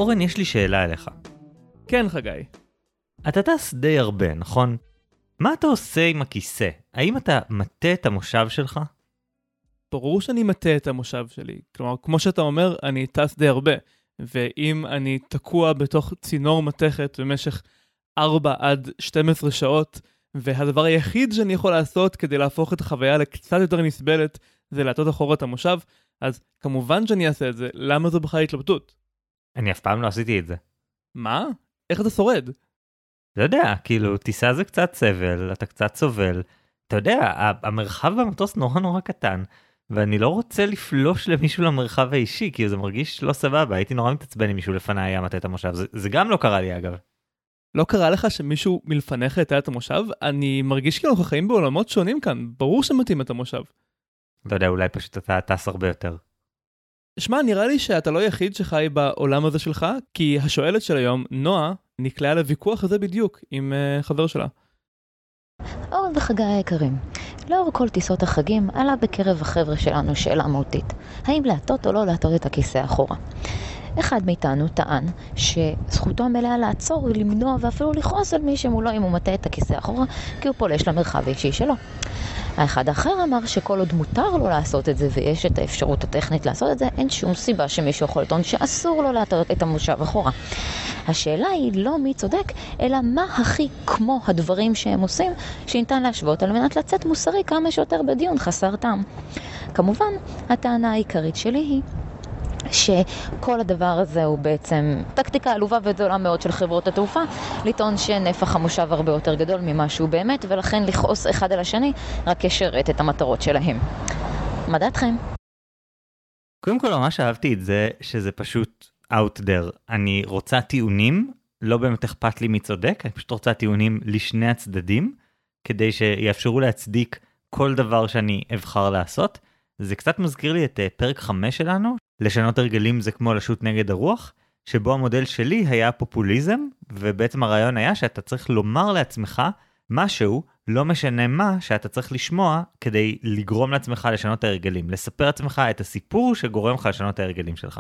אורן, יש לי שאלה אליך. כן, חגי. אתה טס די הרבה, נכון? מה אתה עושה עם הכיסא? האם אתה מטה את המושב שלך? ברור שאני מטה את המושב שלי. כלומר, כמו שאתה אומר, אני טס די הרבה. ואם אני תקוע בתוך צינור מתכת במשך 4 עד 12 שעות, והדבר היחיד שאני יכול לעשות כדי להפוך את החוויה לקצת יותר נסבלת, זה להטות אחורה את המושב, אז כמובן שאני אעשה את זה. למה זו בכלל התלבטות? אני אף פעם לא עשיתי את זה. מה? איך אתה שורד? לא יודע, כאילו, טיסה זה קצת סבל, אתה קצת סובל. אתה יודע, המרחב במטוס נורא נורא קטן, ואני לא רוצה לפלוש למישהו למרחב האישי, כי זה מרגיש לא סבבה, הייתי נורא מתעצבן אם מישהו לפניי היה מטה את המושב, זה גם לא קרה לי אגב. לא קרה לך שמישהו מלפניך יטה את המושב? אני מרגיש כאילו אנחנו חיים בעולמות שונים כאן, ברור שמתאים את המושב. לא יודע, אולי פשוט אתה טס הרבה יותר. שמע, נראה לי שאתה לא היחיד שחי בעולם הזה שלך, כי השואלת של היום, נועה, נקלעה לוויכוח הזה בדיוק עם חבר שלה. אורן וחגי היקרים, לאור כל טיסות החגים עלה בקרב החבר'ה שלנו שאלה מהותית, האם להטות או לא להטות את הכיסא אחורה. אחד מאיתנו טען שזכותו המלאה לעצור ולמנוע ואפילו לכעוס על מי שמולו אם הוא מטה את הכיסא אחורה, כי הוא פולש למרחב האישי שלו. האחד האחר אמר שכל עוד מותר לו לעשות את זה ויש את האפשרות הטכנית לעשות את זה, אין שום סיבה שמישהו יכול לטעון שאסור לו להטות את המושב אחורה. השאלה היא לא מי צודק, אלא מה הכי כמו הדברים שהם עושים שניתן להשוות על מנת לצאת מוסרי כמה שיותר בדיון חסר טעם. כמובן, הטענה העיקרית שלי היא שכל הדבר הזה הוא בעצם טקטיקה עלובה וגדולה מאוד של חברות התעופה, לטעון שנפח המושב הרבה יותר גדול ממה שהוא באמת, ולכן לכעוס אחד על השני רק ישרת את המטרות שלהם. מה דעתכם? קודם כל, ממש אהבתי את זה שזה פשוט out there. אני רוצה טיעונים, לא באמת אכפת לי מי צודק, אני פשוט רוצה טיעונים לשני הצדדים, כדי שיאפשרו להצדיק כל דבר שאני אבחר לעשות. זה קצת מזכיר לי את פרק 5 שלנו, לשנות הרגלים זה כמו לשוט נגד הרוח, שבו המודל שלי היה פופוליזם, ובעצם הרעיון היה שאתה צריך לומר לעצמך משהו, לא משנה מה, שאתה צריך לשמוע כדי לגרום לעצמך לשנות הרגלים, לספר לעצמך את הסיפור שגורם לך לשנות הרגלים שלך.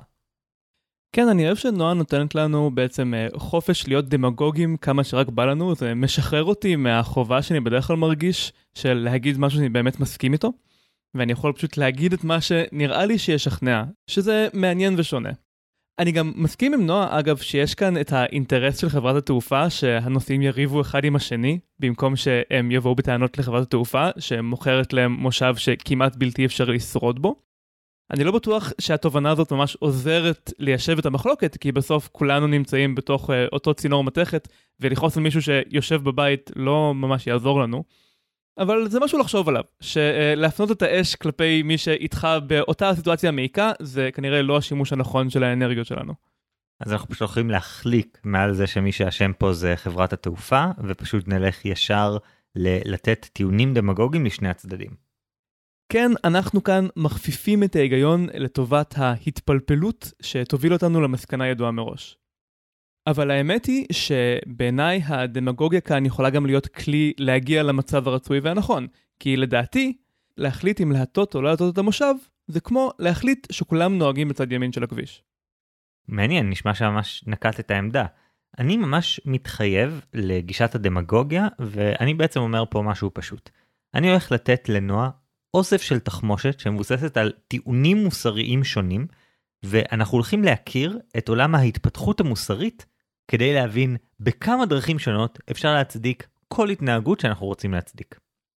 כן, אני אוהב שנועה נותנת לנו בעצם חופש להיות דמגוגים כמה שרק בא לנו, זה משחרר אותי מהחובה שאני בדרך כלל מרגיש של להגיד משהו שאני באמת מסכים איתו, ואני יכול פשוט להגיד את מה שנראה לי שישכנע, שזה מעניין ושונה. אני גם מסכים עם נועה, אגב, שיש כאן את האינטרס של חברת התעופה, שהנוסעים יריבו אחד עם השני, במקום שהם יבואו בטענות לחברת התעופה, שמוכרת להם מושב שכמעט בלתי אפשר לשרוד בו. אני לא בטוח שהתובנה הזאת ממש עוזרת ליישב את המחלוקת, כי בסוף כולנו נמצאים בתוך אותו צינור מתכת, ולכעוס על מישהו שיושב בבית לא ממש יעזור לנו. אבל זה משהו לחשוב עליו, שלהפנות את האש כלפי מי שאיתך באותה הסיטואציה המעיקה, זה כנראה לא השימוש הנכון של האנרגיות שלנו. אז אנחנו פשוט הולכים להחליק מעל זה שמי שהשם פה זה חברת התעופה, ופשוט נלך ישר לתת טיעונים דמגוגיים לשני הצדדים. כן, אנחנו כאן מכפיפים את ההיגיון לטובת ההתפלפלות שתוביל אותנו למסקנה ידועה מראש. אבל האמת היא שבעיניי הדמגוגיה כאן יכולה גם להיות כלי להגיע למצב הרצוי והנכון, כי לדעתי, להחליט אם להטות או לא להטות את המושב, זה כמו להחליט שכולם נוהגים בצד ימין של הכביש. מעניין, נשמע שממש נקט את העמדה. אני ממש מתחייב לגישת הדמגוגיה, ואני בעצם אומר פה משהו פשוט. אני הולך לתת לנועה אוסף של תחמושת שמבוססת על טיעונים מוסריים שונים, ואנחנו הולכים להכיר את עולם ההתפתחות המוסרית, כדי להבין בכמה דרכים שונות אפשר להצדיק כל התנהגות שאנחנו רוצים להצדיק.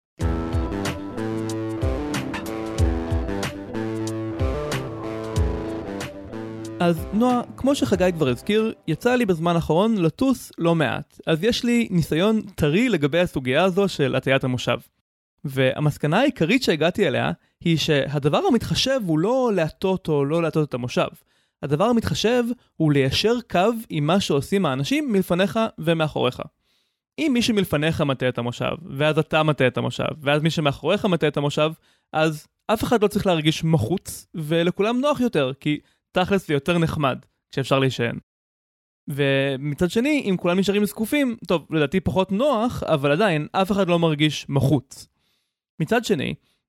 אז נועה, כמו שחגי כבר הזכיר, יצא לי בזמן האחרון לטוס לא מעט. אז יש לי ניסיון טרי לגבי הסוגיה הזו של הטיית המושב. והמסקנה העיקרית שהגעתי אליה היא שהדבר המתחשב הוא לא להטות או לא להטות את המושב. הדבר המתחשב הוא ליישר קו עם מה שעושים האנשים מלפניך ומאחוריך. אם מי שמלפניך מטה את המושב, ואז אתה מטה את המושב, ואז מי שמאחוריך מטה את המושב, אז אף אחד לא צריך להרגיש מחוץ, ולכולם נוח יותר, כי תכלס זה יותר נחמד כשאפשר להישען. ומצד שני, אם כולם נשארים זקופים, טוב, לדעתי פחות נוח, אבל עדיין אף אחד לא מרגיש מחוץ. מצד שני,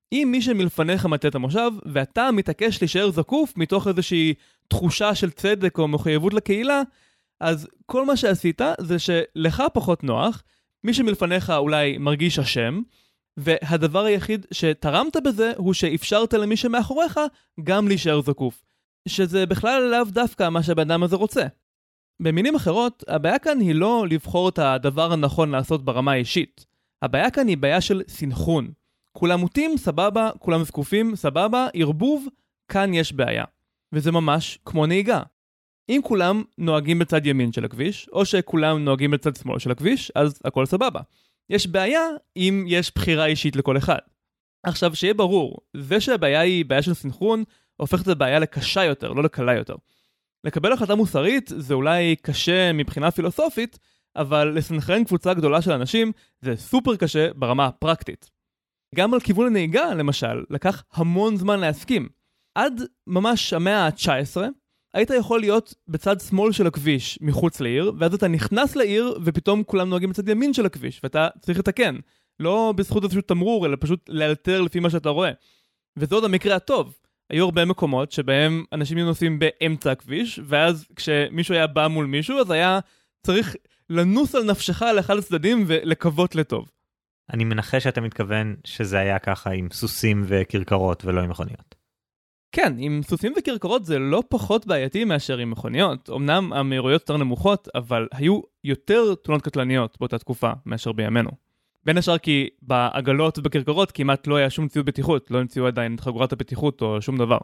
אם מי שמלפניך מטה את המושב, ואתה מתעקש להישאר זקוף מתוך איזושהי תחושה של צדק או מחויבות לקהילה, אז כל מה שעשית זה שלך פחות נוח, מי שמלפניך אולי מרגיש אשם, והדבר היחיד שתרמת בזה הוא שאפשרת למי שמאחוריך גם להישאר זקוף. שזה בכלל לאו דווקא מה שהבן הזה רוצה. במילים אחרות, הבעיה כאן היא לא לבחור את הדבר הנכון לעשות ברמה האישית. הבעיה כאן היא בעיה של סינכרון. כולם מוטים, סבבה, כולם זקופים, סבבה, ערבוב, כאן יש בעיה. וזה ממש כמו נהיגה. אם כולם נוהגים בצד ימין של הכביש, או שכולם נוהגים בצד שמאל של הכביש, אז הכל סבבה. יש בעיה אם יש בחירה אישית לכל אחד. עכשיו, שיהיה ברור, זה שהבעיה היא בעיה של סינכרון, הופכת את הבעיה לקשה יותר, לא לקלה יותר. לקבל החלטה מוסרית זה אולי קשה מבחינה פילוסופית, אבל לסנכרן קבוצה גדולה של אנשים זה סופר קשה ברמה הפרקטית. גם על כיוון הנהיגה, למשל, לקח המון זמן להסכים. עד ממש המאה ה-19, היית יכול להיות בצד שמאל של הכביש מחוץ לעיר, ואז אתה נכנס לעיר ופתאום כולם נוהגים בצד ימין של הכביש, ואתה צריך לתקן. לא בזכות איזשהו תמרור, אלא פשוט לאלתר לפי מה שאתה רואה. וזה עוד המקרה הטוב. היו הרבה מקומות שבהם אנשים נוסעים באמצע הכביש, ואז כשמישהו היה בא מול מישהו, אז היה צריך לנוס על נפשך לאחד הצדדים ולקוות לטוב. אני מנחש שאתה מתכוון שזה היה ככה עם סוסים וקרקרות ולא עם מכוניות. כן, עם סוסים וקרקרות זה לא פחות בעייתי מאשר עם מכוניות. אמנם המהירויות יותר נמוכות, אבל היו יותר תאונות קטלניות באותה תקופה מאשר בימינו. בין השאר כי בעגלות ובקרקרות כמעט לא היה שום ציוד בטיחות, לא המציאו עדיין את חגורת הבטיחות או שום דבר.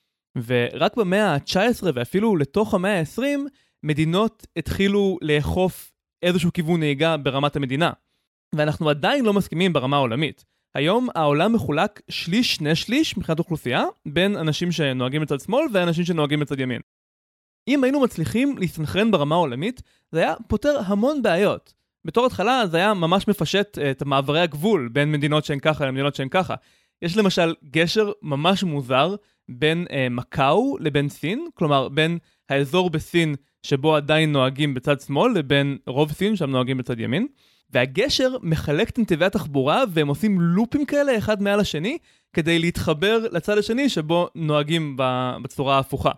ורק במאה ה-19 ואפילו לתוך המאה ה-20, מדינות התחילו לאכוף איזשהו כיוון נהיגה ברמת המדינה. ואנחנו עדיין לא מסכימים ברמה העולמית. היום העולם מחולק שליש, 2/3 מבחינת אוכלוסייה, בין אנשים שנוהגים בצד שמאל ואנשים שנוהגים בצד ימין. אם היינו מצליחים להסתנכרן ברמה העולמית, זה היה פותר המון בעיות. בתור התחלה זה היה ממש מפשט את מעברי הגבול בין מדינות שהן ככה למדינות שהן ככה. יש למשל גשר ממש מוזר בין מקאו לבין סין, כלומר בין האזור בסין שבו עדיין נוהגים בצד שמאל לבין רוב סין שם נוהגים בצד ימין. והגשר מחלק את נתיבי התחבורה והם עושים לופים כאלה אחד מעל השני כדי להתחבר לצד השני שבו נוהגים בצורה ההפוכה.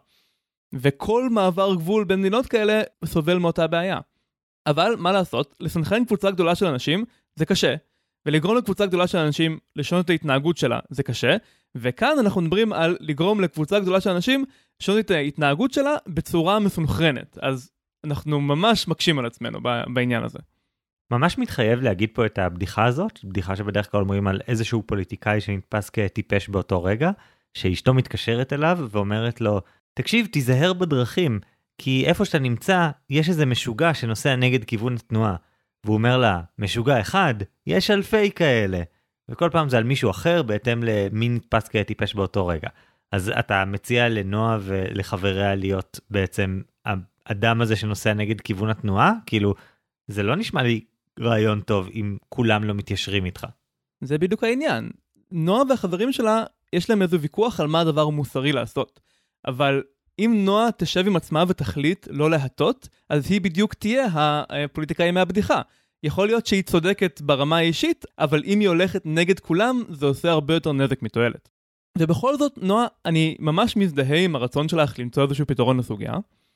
וכל מעבר גבול בין מדינות כאלה סובל מאותה בעיה. אבל מה לעשות, לסנכרן קבוצה גדולה של אנשים זה קשה, ולגרום לקבוצה גדולה של אנשים לשנות את ההתנהגות שלה זה קשה, וכאן אנחנו מדברים על לגרום לקבוצה גדולה של אנשים לשנות את ההתנהגות שלה בצורה מסונכרנת. אז אנחנו ממש מקשים על עצמנו בעניין הזה. ממש מתחייב להגיד פה את הבדיחה הזאת, בדיחה שבדרך כלל אומרים על איזשהו פוליטיקאי שנתפס כטיפש באותו רגע, שאשתו מתקשרת אליו ואומרת לו, תקשיב, תיזהר בדרכים, כי איפה שאתה נמצא, יש איזה משוגע שנוסע נגד כיוון התנועה. והוא אומר לה, משוגע אחד, יש אלפי כאלה. וכל פעם זה על מישהו אחר, בהתאם למי נתפס כטיפש באותו רגע. אז אתה מציע לנועה ולחבריה להיות בעצם האדם הזה שנוסע נגד כיוון התנועה? כאילו, זה לא נשמע לי רעיון טוב אם כולם לא מתיישרים איתך. זה בדיוק העניין. נועה והחברים שלה, יש להם איזה ויכוח על מה הדבר מוסרי לעשות. אבל אם נועה תשב עם עצמה ותחליט לא להטות, אז היא בדיוק תהיה הפוליטיקאי מהבדיחה. יכול להיות שהיא צודקת ברמה האישית, אבל אם היא הולכת נגד כולם, זה עושה הרבה יותר נזק מתועלת. ובכל זאת, נועה, אני ממש מזדהה עם הרצון שלך למצוא איזשהו פתרון לסוגיה,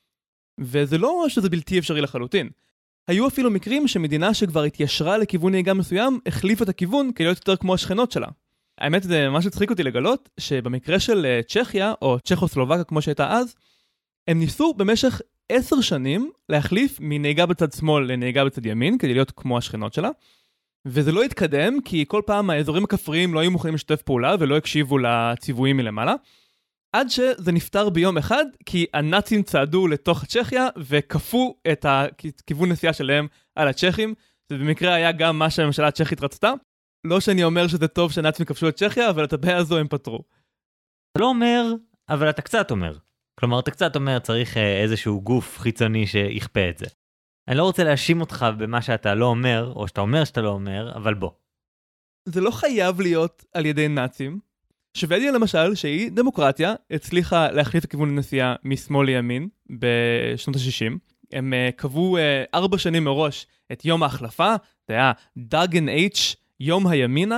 וזה לא שזה בלתי אפשרי לחלוטין. היו אפילו מקרים שמדינה שכבר התיישרה לכיוון נהיגה מסוים, החליף את הכיוון כדי להיות יותר כמו השכנות שלה. האמת זה ממש הצחיק אותי לגלות שבמקרה של צ'כיה, או צ'כוסלובקיה כמו שהייתה אז, הם ניסו במשך 10 שנים להחליף מנהיגה בצד שמאל לנהיגה בצד ימין, כדי להיות כמו השכנות שלה, וזה לא התקדם כי כל פעם האזורים הכפריים לא היו מוכנים לשתף פעולה ולא הקשיבו לציוויים מלמעלה, עד שזה נפטר ביום אחד כי הנאצים צעדו לתוך צ'כיה וכפו את הכיוון נסיעה שלהם על הצ'כים, זה במקרה היה גם מה שהממשלה הצ'כית רצתה, לא שאני אומר שזה טוב שהנאצים כבשו את צ'כיה, אבל את הבעיה הזו הם פתרו. אתה לא אומר, אבל אתה קצת אומר. כלומר, אתה קצת אומר צריך איזשהו גוף חיצוני שיכפה את זה. אני לא רוצה להאשים אותך במה שאתה לא אומר, או שאתה אומר שאתה לא אומר, אבל בוא. זה לא חייב להיות על ידי נאצים. שוודיה למשל, שהיא דמוקרטיה, הצליחה להחליף את כיוון הנסיעה משמאל לימין בשנות ה-60. הם קבעו 4 שנים מראש את יום ההחלפה, זה היה דאגן H, יום הימינה,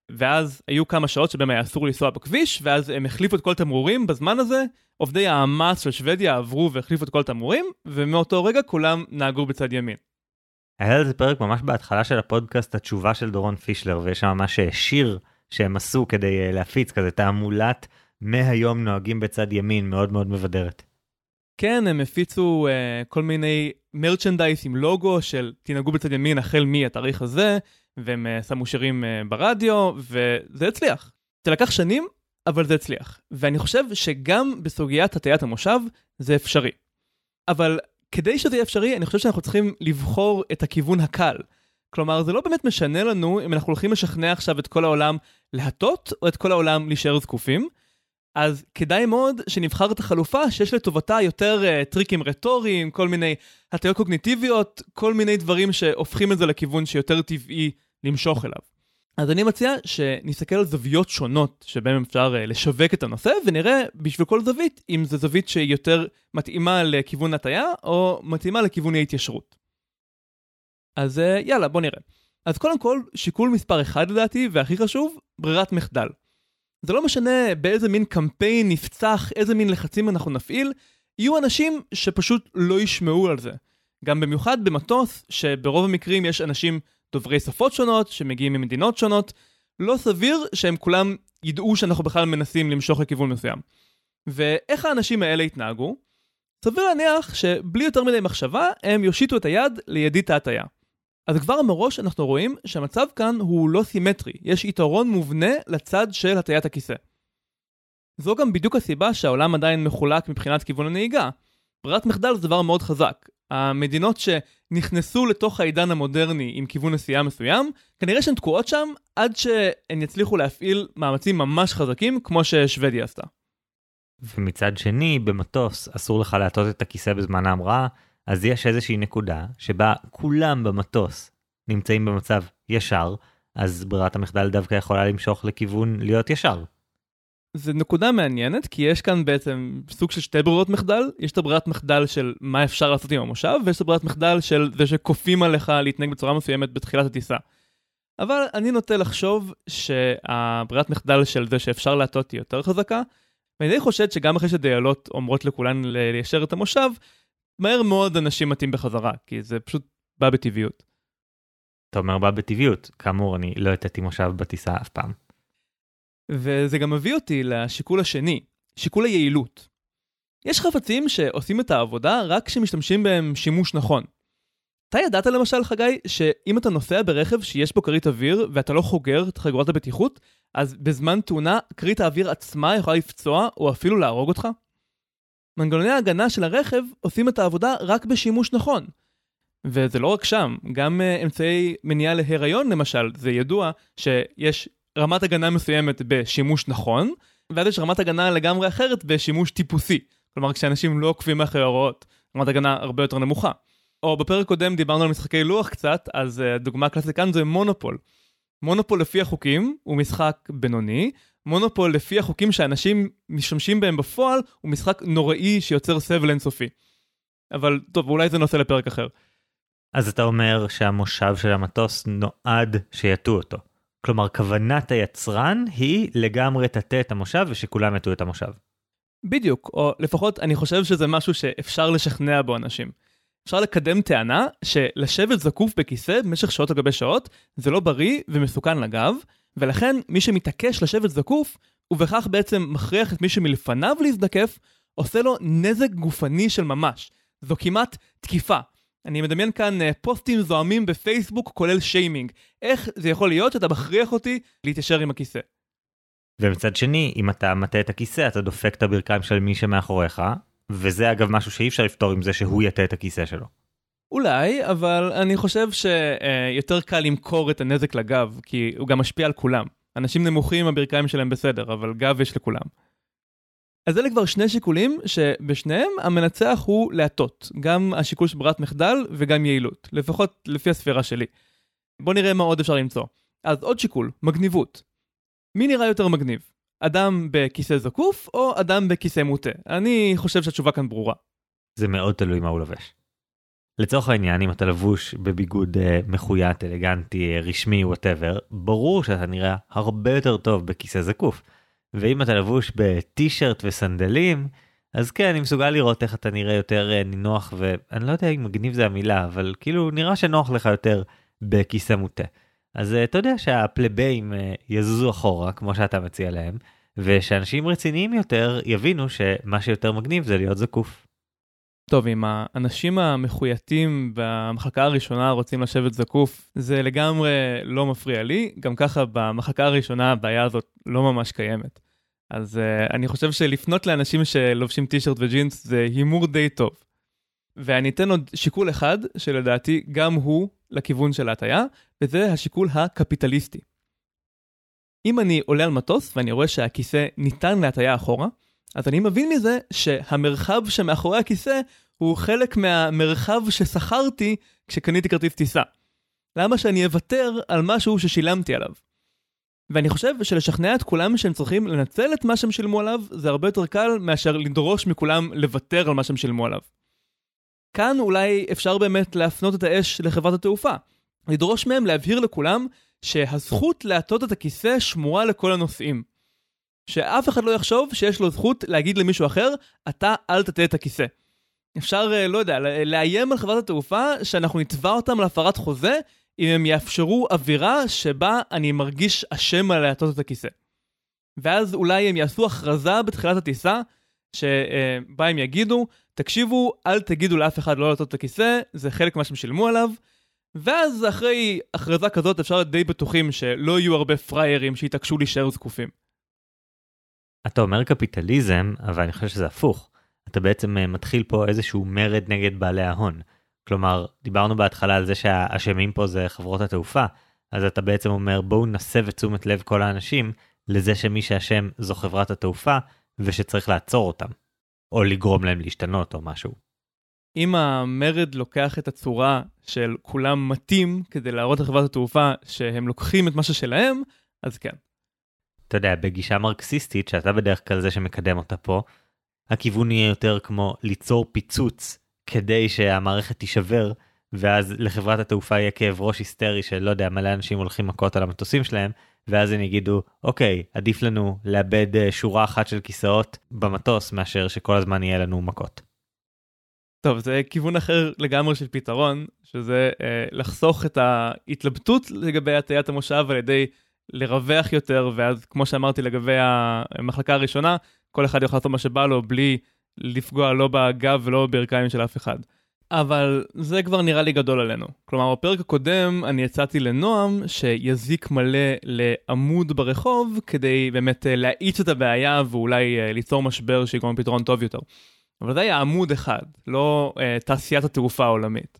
ואז היו כמה שעות שבהם היה אסור לנסוע בכביש, ואז הם החליפו את כל התמרורים. בזמן הזה, עובדי האמ"ץ של שוודיה עברו והחליפו את כל התמרורים, ומאותו רגע כולם נהגו בצד ימין. היה לזה פרק ממש בהתחלה של הפודקאסט, התשובה של דורון פישלר, ויש שם ממש שיר שהם עשו כדי להפיץ כזה תעמולת מהיום נוהגים בצד ימין, מאוד מאוד מבדרת. כן, הם הפיצו כל מיני מרצ'נדייס עם לוגו של תנהגו בצד ימין החל מהתאריך הזה, והם שמו שירים ברדיו, וזה הצליח. זה לקח שנים, אבל זה הצליח. ואני חושב שגם בסוגיית הטיית המושב זה אפשרי. אבל כדי שזה יהיה אפשרי, אני חושב שאנחנו צריכים לבחור את הכיוון הקל. כלומר, זה לא באמת משנה לנו אם אנחנו הולכים לשכנע עכשיו את כל העולם להטות, או את כל העולם להישאר זקופים. אז כדאי מאוד שנבחר את החלופה שיש לטובתה יותר טריקים רטוריים, כל מיני הטיות קוגניטיביות, כל מיני דברים שהופכים את זה לכיוון שיותר טבעי למשוך אליו. אז אני מציע שנסתכל על זוויות שונות שבהם אפשר לשווק את הנושא, ונראה בשביל כל זווית אם זו זווית שהיא יותר מתאימה לכיוון הטיה, או מתאימה לכיוון ההתיישרות. אז יאללה, בוא נראה. אז קודם כל, שיקול מספר 1 לדעתי, והכי חשוב, ברירת מחדל. זה לא משנה באיזה מין קמפיין נפצח, איזה מין לחצים אנחנו נפעיל, יהיו אנשים שפשוט לא ישמעו על זה. גם במיוחד במטוס, שברוב המקרים יש אנשים דוברי שפות שונות, שמגיעים ממדינות שונות, לא סביר שהם כולם ידעו שאנחנו בכלל מנסים למשוך לכיוון מסוים. ואיך האנשים האלה יתנהגו? סביר להניח שבלי יותר מדי מחשבה, הם יושיטו את היד לידית ההטיה. אז כבר מראש אנחנו רואים שהמצב כאן הוא לא סימטרי, יש יתרון מובנה לצד של הטיית הכיסא. זו גם בדיוק הסיבה שהעולם עדיין מחולק מבחינת כיוון הנהיגה. ברירת מחדל זה דבר מאוד חזק. המדינות שנכנסו לתוך העידן המודרני עם כיוון נסיעה מסוים, כנראה שהן תקועות שם עד שהן יצליחו להפעיל מאמצים ממש חזקים כמו ששוודיה עשתה. ומצד שני, במטוס אסור לך להטות את הכיסא בזמן ההמראה, אז יש איזושהי נקודה שבה כולם במטוס נמצאים במצב ישר, אז ברירת המחדל דווקא יכולה למשוך לכיוון להיות ישר. זו נקודה מעניינת, כי יש כאן בעצם סוג של שתי ברירות מחדל. יש את הברירת מחדל של מה אפשר לעשות עם המושב, ויש את הברירת מחדל של זה שכופים עליך להתנהג בצורה מסוימת בתחילת הטיסה. אבל אני נוטה לחשוב שהברירת מחדל של זה שאפשר להטות היא יותר חזקה, ואני די חושד שגם אחרי שדיילות אומרות לכולן ליישר את המושב, מהר מאוד אנשים מתאים בחזרה, כי זה פשוט בא בטבעיות. אתה אומר בא בטבעיות, כאמור אני לא הטעתי מושב בטיסה אף פעם. וזה גם מביא אותי לשיקול השני, שיקול היעילות. יש חפצים שעושים את העבודה רק כשמשתמשים בהם שימוש נכון. אתה ידעת למשל, חגי, שאם אתה נוסע ברכב שיש בו כרית אוויר ואתה לא חוגר את חגורת הבטיחות, אז בזמן תאונה כרית האוויר עצמה יכולה לפצוע או אפילו להרוג אותך? מנגנוני ההגנה של הרכב עושים את העבודה רק בשימוש נכון. וזה לא רק שם, גם אמצעי מניעה להיריון למשל, זה ידוע שיש רמת הגנה מסוימת בשימוש נכון, ואז יש רמת הגנה לגמרי אחרת בשימוש טיפוסי. כלומר, כשאנשים לא עוקבים אחרי ההוראות, רמת הגנה הרבה יותר נמוכה. או בפרק קודם דיברנו על משחקי לוח קצת, אז דוגמה קלאסית כאן זה מונופול. מונופול לפי החוקים הוא משחק בינוני, מונופול לפי החוקים שאנשים משתמשים בהם בפועל הוא משחק נוראי שיוצר סבל אינסופי. אבל טוב, אולי זה נושא לפרק אחר. אז אתה אומר שהמושב של המטוס נועד שיתו אותו. כלומר, כוונת היצרן היא לגמרי תטה את המושב ושכולם יתו את המושב. בדיוק, או לפחות אני חושב שזה משהו שאפשר לשכנע בו אנשים. אפשר לקדם טענה שלשבת זקוף בכיסא במשך שעות על גבי שעות זה לא בריא ומסוכן לגב, ולכן מי שמתעקש לשבת זקוף, ובכך בעצם מכריח את מי שמלפניו להזדקף, עושה לו נזק גופני של ממש. זו כמעט תקיפה. אני מדמיין כאן פוסטים זוהמים בפייסבוק כולל שיימינג. איך זה יכול להיות שאתה מכריח אותי להתיישר עם הכיסא? ומצד שני, אם אתה מטה את הכיסא, אתה דופק את הברכיים של מי שמאחוריך, וזה אגב משהו שאי אפשר לפתור עם זה שהוא יטה את הכיסא שלו. אולי, אבל אני חושב שיותר קל למכור את הנזק לגב, כי הוא גם משפיע על כולם. אנשים נמוכים, הברכיים שלהם בסדר, אבל גב יש לכולם. אז אלה כבר שני שיקולים שבשניהם המנצח הוא להטות. גם השיקול של ברירת מחדל וגם יעילות. לפחות לפי הספירה שלי. בוא נראה מה עוד אפשר למצוא. אז עוד שיקול, מגניבות. מי נראה יותר מגניב? אדם בכיסא זקוף או אדם בכיסא מוטה? אני חושב שהתשובה כאן ברורה. זה מאוד תלוי מה הוא לובש. לצורך העניין, אם אתה לבוש בביגוד מחויית, אלגנטי, רשמי, whatever, ברור שאתה נראה הרבה יותר טוב בכיסא זקוף. ואם אתה לבוש בטישרט וסנדלים, אז כן, אני מסוגל לראות איך אתה נראה יותר נינוח, ואני לא יודע אם מגניב זה המילה, אבל כאילו נראה שנוח לך יותר בכיסא מוטה. אז אתה יודע שהפלבאים יזוזו אחורה, כמו שאתה מציע להם, ושאנשים רציניים יותר יבינו שמה שיותר מגניב זה להיות זקוף. טוב, אם האנשים המחויטים במחלקה הראשונה רוצים לשבת זקוף, זה לגמרי לא מפריע לי. גם ככה במחלקה הראשונה הבעיה הזאת לא ממש קיימת. אז אני חושב שלפנות לאנשים שלובשים טישרט וג'ינס זה הימור די טוב. ואני אתן עוד שיקול אחד שלדעתי גם הוא לכיוון של ההטיה, וזה השיקול הקפיטליסטי. אם אני עולה על מטוס ואני רואה שהכיסא ניתן להטיה אחורה, אז אני מבין מזה שהמרחב שמאחורי הכיסא הוא חלק מהמרחב ששכרתי כשקניתי כרטיס טיסה. למה שאני אוותר על משהו ששילמתי עליו? ואני חושב שלשכנע את כולם שהם צריכים לנצל את מה שהם שילמו עליו, זה הרבה יותר קל מאשר לדרוש מכולם לוותר על מה שהם שילמו עליו. כאן אולי אפשר באמת להפנות את האש לחברת התעופה. לדרוש מהם להבהיר לכולם שהזכות להטות את הכיסא שמורה לכל הנוסעים. שאף אחד לא יחשוב שיש לו זכות להגיד למישהו אחר, אתה אל תטה את הכיסא. אפשר, לא יודע, לאיים על חברת התעופה שאנחנו נתבע אותם להפרת חוזה, אם הם יאפשרו אווירה שבה אני מרגיש אשם על להטות את הכיסא. ואז אולי הם יעשו הכרזה בתחילת הטיסה, שבה הם יגידו, תקשיבו, אל תגידו לאף אחד לא להטות את הכיסא, זה חלק מה שהם שילמו עליו, ואז אחרי הכרזה כזאת אפשר להיות די בטוחים שלא יהיו הרבה פריירים שיתעקשו להישאר זקופים. אתה אומר קפיטליזם, אבל אני חושב שזה הפוך. אתה בעצם מתחיל פה איזשהו מרד נגד בעלי ההון. כלומר, דיברנו בהתחלה על זה שהאשמים פה זה חברות התעופה, אז אתה בעצם אומר בואו נסב את תשומת לב כל האנשים לזה שמי שאשם זו חברת התעופה, ושצריך לעצור אותם, או לגרום להם להשתנות או משהו. אם המרד לוקח את הצורה של כולם מתים כדי להראות לחברת התעופה שהם לוקחים את מה ששלהם, אז כן. אתה יודע, בגישה מרקסיסטית, שאתה בדרך כלל זה שמקדם אותה פה, הכיוון יהיה יותר כמו ליצור פיצוץ כדי שהמערכת תישבר, ואז לחברת התעופה יהיה כאב ראש היסטרי של לא יודע, מלא אנשים הולכים מכות על המטוסים שלהם, ואז הם יגידו, אוקיי, עדיף לנו לאבד שורה אחת של כיסאות במטוס, מאשר שכל הזמן יהיה לנו מכות. טוב, זה כיוון אחר לגמרי של פתרון, שזה לחסוך את ההתלבטות לגבי הטיית המושב על ידי לרווח יותר, ואז כמו שאמרתי לגבי המחלקה הראשונה, כל אחד יוכל לעשות מה שבא לו בלי לפגוע לא בגב ולא ברכיים של אף אחד. אבל זה כבר נראה לי גדול עלינו. כלומר, בפרק הקודם אני יצאתי לנועם שיזיק מלא לעמוד ברחוב, כדי באמת להאיץ את הבעיה ואולי ליצור משבר שיגרום פתרון טוב יותר. אבל זה היה עמוד אחד, לא תעשיית התעופה העולמית.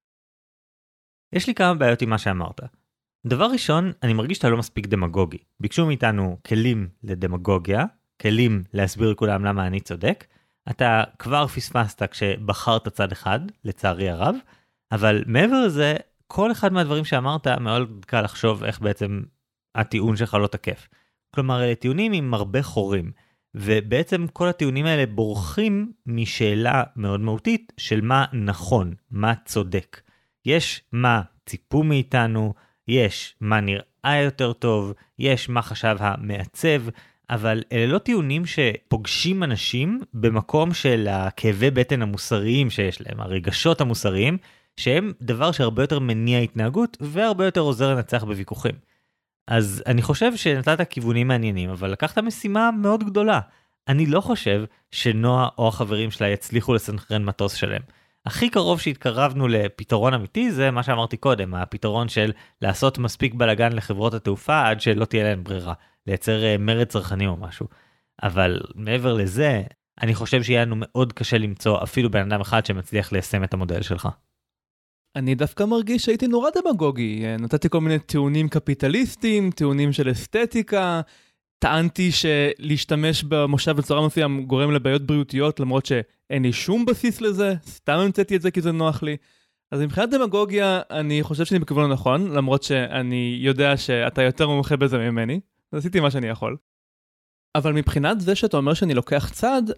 יש לי כמה בעיות עם מה שאמרת. דבר ראשון, אני מרגיש שאתה לא מספיק דמגוגי. ביקשו מאיתנו כלים לדמגוגיה, כלים להסביר לכולם למה אני צודק. אתה כבר פספסת כשבחרת צד אחד, לצערי הרב, אבל מעבר לזה, כל אחד מהדברים שאמרת מאוד קל לחשוב איך בעצם הטיעון שלך לא תקף. כלומר, טיעונים עם הרבה חורים, ובעצם כל הטיעונים האלה בורחים משאלה מאוד מהותית של מה נכון, מה צודק. יש מה ציפו מאיתנו, יש מה נראה יותר טוב, יש מה חשב המעצב, אבל אלה לא טיעונים שפוגשים אנשים במקום של הכאבי בטן המוסריים שיש להם, הרגשות המוסריים, שהם דבר שהרבה יותר מניע התנהגות והרבה יותר עוזר לנצח בוויכוחים. אז אני חושב שנתת כיוונים מעניינים, אבל לקחת משימה מאוד גדולה. אני לא חושב שנועה או החברים שלה יצליחו לסנכרן מטוס שלהם. הכי קרוב שהתקרבנו לפתרון אמיתי זה מה שאמרתי קודם, הפתרון של לעשות מספיק בלגן לחברות התעופה עד שלא תהיה להן ברירה, לייצר מרד צרכני או משהו. אבל מעבר לזה, אני חושב שיהיה לנו מאוד קשה למצוא אפילו בן אדם אחד שמצליח ליישם את המודל שלך. אני דווקא מרגיש שהייתי נורא דמגוגי, נתתי כל מיני טיעונים קפיטליסטיים, טיעונים של אסתטיקה, טענתי שלהשתמש במושב בצורה מסוים גורם לבעיות בריאותיות, למרות שאין לי שום בסיס לזה, סתם המצאתי את זה כי זה נוח לי. אז מבחינת דמגוגיה, אני חושב שאני בכיוון הנכון, למרות שאני יודע שאתה יותר מומחה בזה ממני, אז עשיתי מה שאני יכול. אבל מבחינת זה שאתה אומר שאני לוקח צד,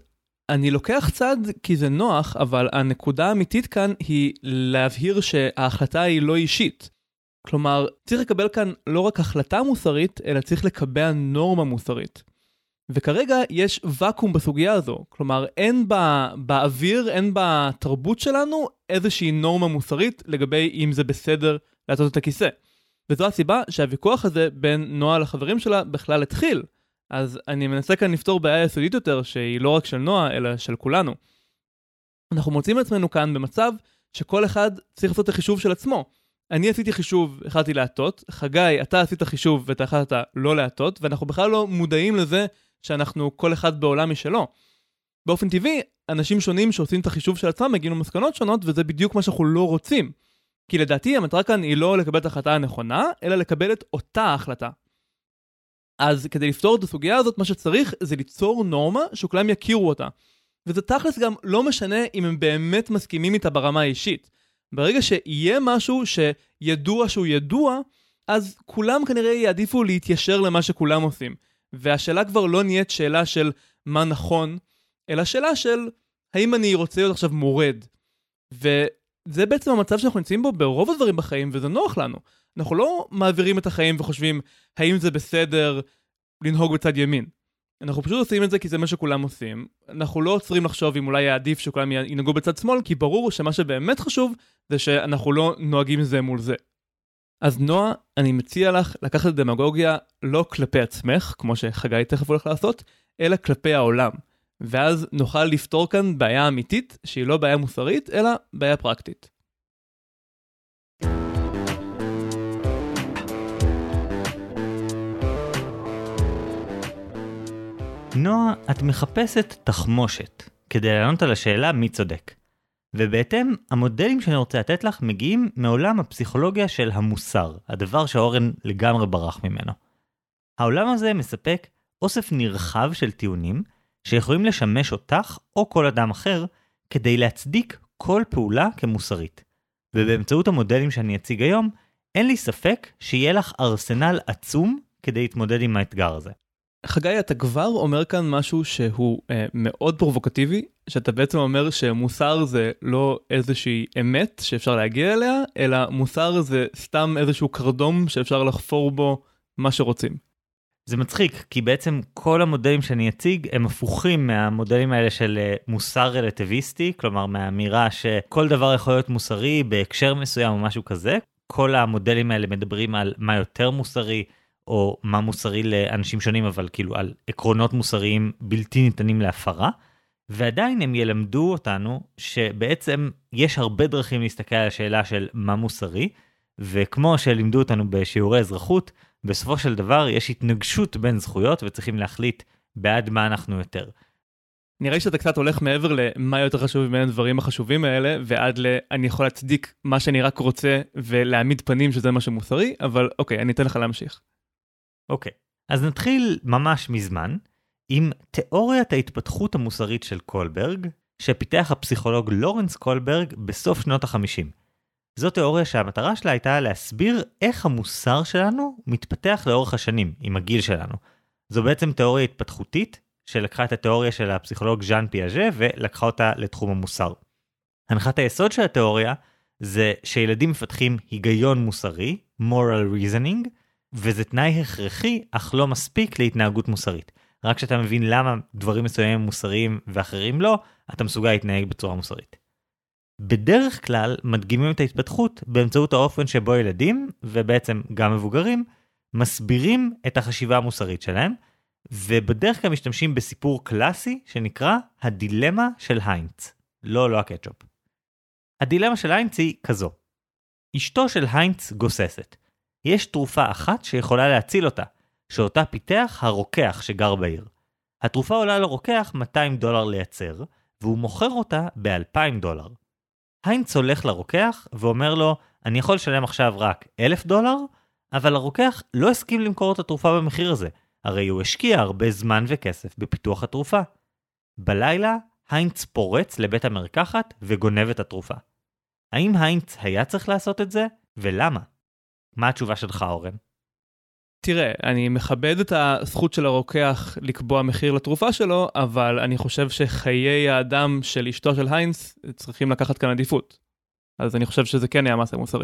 אני לוקח צד כי זה נוח, אבל הנקודה האמיתית כאן היא להבהיר שההחלטה היא לא אישית. כלומר, צריך לקבל כאן לא רק החלטה מוסרית, אלא צריך לקבע נורמה מוסרית. וכרגע יש וקום בסוגיה הזו. כלומר, אין באוויר, אין בתרבות שלנו איזושהי נורמה מוסרית לגבי אם זה בסדר לעשות את הכיסא. וזו הסיבה שהוויכוח הזה בין נועה לחברים שלה בכלל התחיל. אז אני מנסה כאן לפתור בעיה יסודית יותר, שהיא לא רק של נועה, אלא של כולנו. אנחנו מוצאים עצמנו כאן במצב שכל אחד צריך לעשות את החישוב של עצמו. אני עשיתי חישוב, החלטתי להטות, חגי, אתה עשית חישוב ואתה החלטת לא להטות, ואנחנו בכלל לא מודעים לזה שאנחנו כל אחד בעולם משלו. באופן טבעי, אנשים שונים שעושים את החישוב של עצמם מגיעים למסקנות שונות, וזה בדיוק מה שאנחנו לא רוצים. כי לדעתי המטרה כאן היא לא לקבל את ההחלטה הנכונה, אלא לקבל את אותה ההחלטה. אז כדי לפתור את הסוגיה הזאת, מה שצריך זה ליצור נורמה שכולם יכירו אותה. וזה תכלס גם לא משנה אם הם באמת מסכימים איתה ברמה האישית. ברגע שיהיה משהו שידוע שהוא ידוע, אז כולם כנראה יעדיפו להתיישר למה שכולם עושים. והשאלה כבר לא נהיית שאלה של מה נכון, אלא שאלה של האם אני רוצה להיות עכשיו מורד. וזה בעצם המצב שאנחנו נמצאים בו ברוב הדברים בחיים, וזה נוח לנו. אנחנו לא מעבירים את החיים וחושבים האם זה בסדר לנהוג בצד ימין. אנחנו פשוט עושים את זה כי זה מה שכולם עושים. אנחנו לא עוצרים לחשוב אם אולי יעדיף שכולם ינהגו בצד שמאל, כי ברור שמה שבאמת חשוב זה שאנחנו לא נוהגים זה מול זה. אז נועה, אני מציע לך לקחת את דמגוגיה לא כלפי עצמך, כמו שחגי תכף הולך לעשות, אלא כלפי העולם. ואז נוכל לפתור כאן בעיה אמיתית, שהיא לא בעיה מוסרית, אלא בעיה פרקטית. נועה, את מחפשת תחמושת, כדי לענות על השאלה מי צודק. ובהתאם, המודלים שאני רוצה לתת לך מגיעים מעולם הפסיכולוגיה של המוסר, הדבר שאורן לגמרי ברח ממנו. העולם הזה מספק אוסף נרחב של טיעונים, שיכולים לשמש אותך או כל אדם אחר, כדי להצדיק כל פעולה כמוסרית. ובאמצעות המודלים שאני אציג היום, אין לי ספק שיהיה לך ארסנל עצום כדי להתמודד עם האתגר הזה. חגי, אתה כבר אומר כאן משהו שהוא מאוד פרובוקטיבי, שאתה בעצם אומר שמוסר זה לא איזושהי אמת שאפשר להגיע אליה, אלא מוסר זה סתם איזשהו קרדום שאפשר לחפור בו מה שרוצים. זה מצחיק, כי בעצם כל המודלים שאני אציג הם הפוכים מהמודלים האלה של מוסר רלטיביסטי, כלומר מהאמירה שכל דבר יכול להיות מוסרי בהקשר מסוים או משהו כזה. כל המודלים האלה מדברים על מה יותר מוסרי, או מה מוסרי לאנשים שונים, אבל כאילו על עקרונות מוסריים בלתי ניתנים להפרה, ועדיין הם ילמדו אותנו שבעצם יש הרבה דרכים להסתכל על השאלה של מה מוסרי, וכמו שלימדו אותנו בשיעורי אזרחות, בסופו של דבר יש התנגשות בין זכויות וצריכים להחליט בעד מה אנחנו יותר. נראה לי שאתה קצת הולך מעבר למה יותר חשוב בין הדברים החשובים האלה, ועד אני יכול להצדיק מה שאני רק רוצה ולהעמיד פנים שזה מה שמוסרי, אבל אוקיי, אני אתן לך להמשיך. אוקיי, אז נתחיל ממש מזמן עם תיאוריית ההתפתחות המוסרית של קולברג, שפיתח הפסיכולוג לורנס קולברג בסוף שנות ה-50. זו תיאוריה שהמטרה שלה הייתה להסביר איך המוסר שלנו מתפתח לאורך השנים, עם הגיל שלנו. זו בעצם תיאוריה התפתחותית, שלקחה את התיאוריה של הפסיכולוג ז'אן פיאז'ה ולקחה אותה לתחום המוסר. הנחת היסוד של התיאוריה זה שילדים מפתחים היגיון מוסרי, moral reasoning, וזה תנאי הכרחי, אך לא מספיק להתנהגות מוסרית. רק כשאתה מבין למה דברים מסוימים מוסריים ואחרים לא, אתה מסוגל להתנהג בצורה מוסרית. בדרך כלל מדגימים את ההתפתחות באמצעות האופן שבו ילדים, ובעצם גם מבוגרים, מסבירים את החשיבה המוסרית שלהם, ובדרך כלל משתמשים בסיפור קלאסי שנקרא הדילמה של היינץ. לא הקטשופ. הדילמה של היינץ היא כזו. אשתו של היינץ גוססת. יש תרופה אחת שיכולה להציל אותה, שאותה פיתח הרוקח שגר בעיר. התרופה עולה לרוקח $200 לייצר, והוא מוכר אותה $2,000. היינץ הולך לרוקח ואומר לו, אני יכול לשלם עכשיו רק $1,000, אבל הרוקח לא הסכים למכור את התרופה במחיר הזה, הרי הוא השקיע הרבה זמן וכסף בפיתוח התרופה. בלילה, היינץ פורץ לבית המרקחת וגונב את התרופה. האם היינץ היה צריך לעשות את זה, ולמה? מה התשובה שלך, אורן? תראה, אני מכבד את הזכות של הרוקח לקבוע מחיר לתרופה שלו, אבל אני חושב שחיי האדם של אשתו של היינץ צריכים לקחת כאן עדיפות. אז אני חושב שזה כן היה מעשה מוסרי.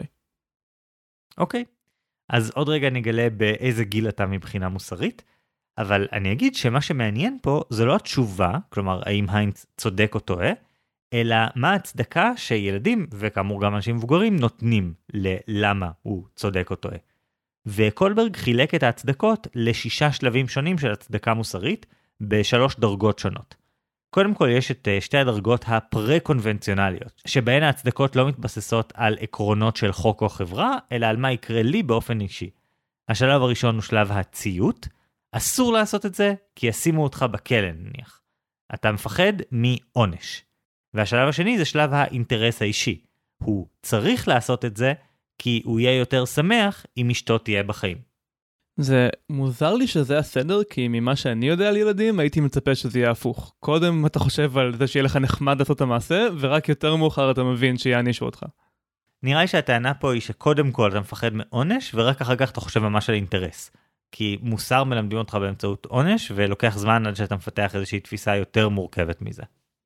אוקיי, אז עוד רגע נגלה באיזה גיל אתה מבחינה מוסרית, אבל אני אגיד שמה שמעניין פה זה לא התשובה, כלומר האם היינץ צודק או טועה, אלא מה ההצדקה שילדים, וכאמור גם אנשים מבוגרים, נותנים ללמה הוא צודק או טועה. וקולברג חילק את ההצדקות ל6 שלבים שונים של הצדקה מוסרית, ב3 דרגות שונות. קודם כל יש את 2 הדרגות הפרה-קונבנציונליות, שבהן ההצדקות לא מתבססות על עקרונות של חוק או חברה, אלא על מה יקרה לי באופן אישי. השלב הראשון הוא שלב הציות, אסור לעשות את זה כי ישימו אותך בכלא נניח. אתה מפחד מעונש. והשלב השני זה שלב האינטרס האישי. הוא צריך לעשות את זה כי הוא יהיה יותר שמח אם אשתו תהיה בחיים. זה מוזר לי שזה הסדר, כי ממה שאני יודע על ילדים הייתי מצפה שזה יהיה הפוך. קודם אתה חושב על זה שיהיה לך נחמד לעשות את המעשה, ורק יותר מאוחר אתה מבין שיענישו אותך. נראה לי שהטענה פה היא שקודם כל אתה מפחד מעונש, ורק אחר כך אתה חושב ממש על אינטרס. כי מוסר מלמדים אותך באמצעות עונש, ולוקח זמן עד שאתה מפתח איזושהי תפיסה יותר מורכבת מזה.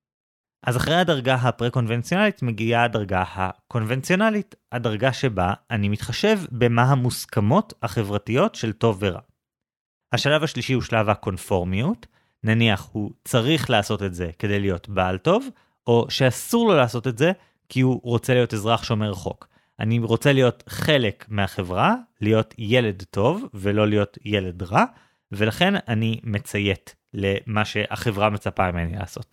אז אחרי הדרגה הפרה-קונבנציונלית מגיעה הדרגה הקונבנציונלית, הדרגה שבה אני מתחשב במה המוסכמות החברתיות של טוב ורע. השלב השלישי הוא שלב הקונפורמיות, נניח הוא צריך לעשות את זה כדי להיות בעל טוב, או שאסור לו לעשות את זה כי הוא רוצה להיות אזרח שומר חוק. אני רוצה להיות חלק מהחברה, להיות ילד טוב ולא להיות ילד רע, ולכן אני מציית למה שהחברה מצפה ממני לעשות.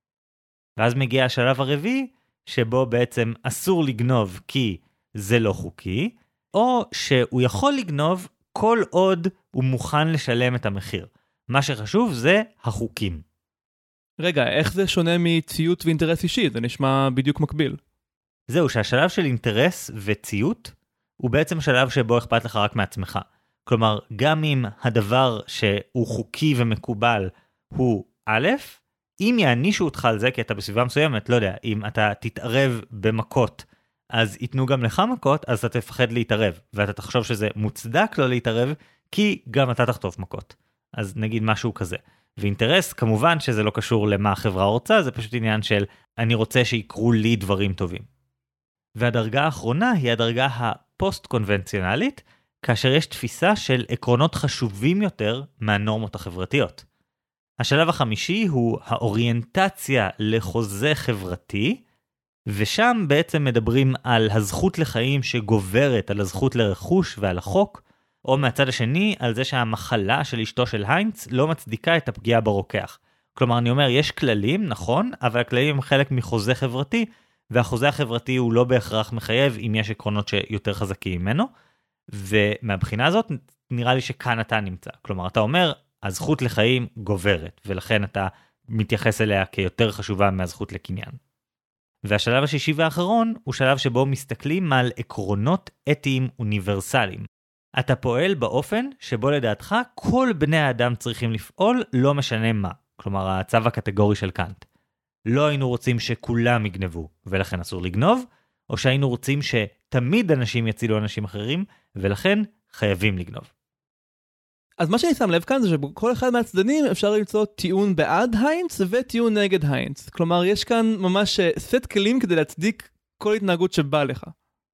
ואז מגיע השלב הרביעי, שבו בעצם אסור לגנוב כי זה לא חוקי, או שהוא יכול לגנוב כל עוד הוא מוכן לשלם את המחיר. מה שחשוב זה החוקים. רגע, איך זה שונה מציות ואינטרס אישי? זה נשמע בדיוק מקביל. זהו, שהשלב של אינטרס וציות, הוא בעצם שלב שבו אכפת לך רק מעצמך. כלומר, גם אם הדבר שהוא חוקי ומקובל הוא א', אם יענישו אותך על זה, כי אתה בסביבה מסוימת, לא יודע, אם אתה תתערב במכות, אז ייתנו גם לך מכות, אז אתה תפחד להתערב, ואתה תחשוב שזה מוצדק לא להתערב, כי גם אתה תחטוף מכות. אז נגיד משהו כזה. ואינטרס, כמובן שזה לא קשור למה החברה רוצה, זה פשוט עניין של אני רוצה שיקרו לי דברים טובים. והדרגה האחרונה היא הדרגה הפוסט-קונבנציונלית, כאשר יש תפיסה של עקרונות חשובים יותר מהנורמות החברתיות. השלב החמישי הוא האוריינטציה לחוזה חברתי, ושם בעצם מדברים על הזכות לחיים שגוברת על הזכות לרכוש ועל החוק, או מהצד השני על זה שהמחלה של אשתו של היינץ לא מצדיקה את הפגיעה ברוקח. כלומר, אני אומר, יש כללים, נכון, אבל הכללים הם חלק מחוזה חברתי, והחוזה החברתי הוא לא בהכרח מחייב אם יש עקרונות שיותר חזקים ממנו, ומהבחינה הזאת נראה לי שכאן אתה נמצא. כלומר, אתה אומר, הזכות לחיים גוברת, ולכן אתה מתייחס אליה כיותר חשובה מהזכות לקניין. והשלב השישי והאחרון הוא שלב שבו מסתכלים על עקרונות אתיים אוניברסליים. אתה פועל באופן שבו לדעתך כל בני האדם צריכים לפעול, לא משנה מה. כלומר, הצו הקטגורי של קאנט. לא היינו רוצים שכולם יגנבו, ולכן אסור לגנוב, או שהיינו רוצים שתמיד אנשים יצילו אנשים אחרים, ולכן חייבים לגנוב. אז מה שאני שם לב כאן זה שבכל אחד מהצדדים אפשר למצוא טיעון בעד היינץ וטיעון נגד היינץ. כלומר, יש כאן ממש סט כלים כדי להצדיק כל התנהגות שבא לך.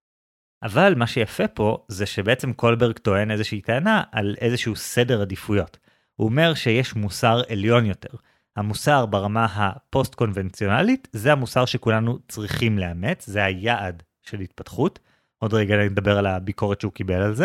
אבל מה שיפה פה זה שבעצם קולברג טוען איזושהי טענה על איזשהו סדר עדיפויות. הוא אומר שיש מוסר עליון יותר. המוסר ברמה הפוסט-קונבנציונלית זה המוסר שכולנו צריכים לאמץ, זה היעד של התפתחות. עוד רגע נדבר על הביקורת שהוא קיבל על זה.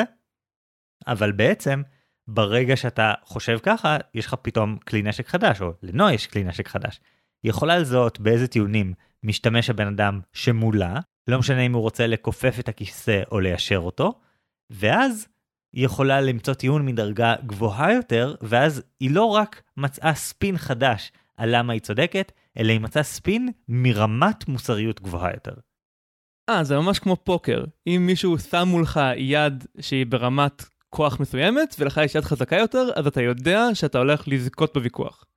אבל בעצם, ברגע שאתה חושב ככה, יש לך פתאום כלי נשק חדש, או לנוע יש כלי נשק חדש. היא יכולה לזהות באיזה טיעונים משתמש הבן אדם שמולה, לא משנה אם הוא רוצה לקופף את הכיסא או ליישר אותו, ואז היא יכולה למצוא טיעון מדרגה גבוהה יותר, ואז היא לא רק מצאה ספין חדש על למה היא צודקת, אלא היא מצאה ספין מרמת מוסריות גבוהה יותר. זה ממש כמו פוקר. אם מישהו שם מולך יד שהיא ברמת כוח מסוימת, ולך יש יד חזקה יותר, אז אתה יודע שאתה הולך לזכות בוויכוח.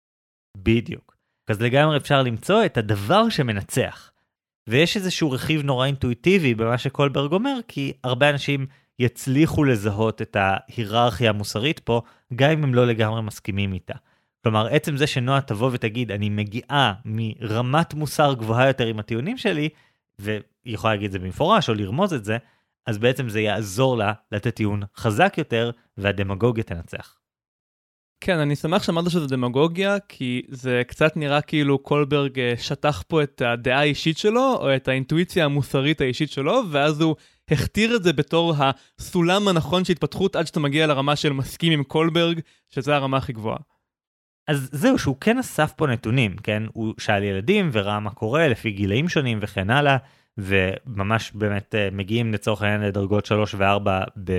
בדיוק. אז לגמרי אפשר למצוא את הדבר שמנצח. ויש איזשהו רכיב נורא אינטואיטיבי במה שקולברג אומר, כי הרבה אנשים יצליחו לזהות את ההיררכיה המוסרית פה, גם אם הם לא לגמרי מסכימים איתה. כלומר, עצם זה שנועה תבוא ותגיד, אני מגיעה מרמת מוסר גבוהה יותר עם הטיעונים שלי, והיא יכולה להגיד את זה במפורש או לרמוז את זה, אז בעצם זה יעזור לה לתת טיעון חזק יותר, והדמגוגיה תנצח. כן, אני שמח שאמרת שזה דמגוגיה, כי זה קצת נראה כאילו קולברג שטח פה את הדעה האישית שלו, או את האינטואיציה המוסרית האישית שלו, ואז הוא הכתיר את זה בתור הסולם הנכון של התפתחות, עד שאתה מגיע לרמה של מסכים עם קולברג, שזה הרמה הכי גבוהה. אז זהו, שהוא כן אסף פה נתונים, כן? הוא שאל ילדים וראה מה קורה לפי גילאים שונים וכן הלאה, וממש באמת מגיעים לצורך העניין לדרגות 3 ו-4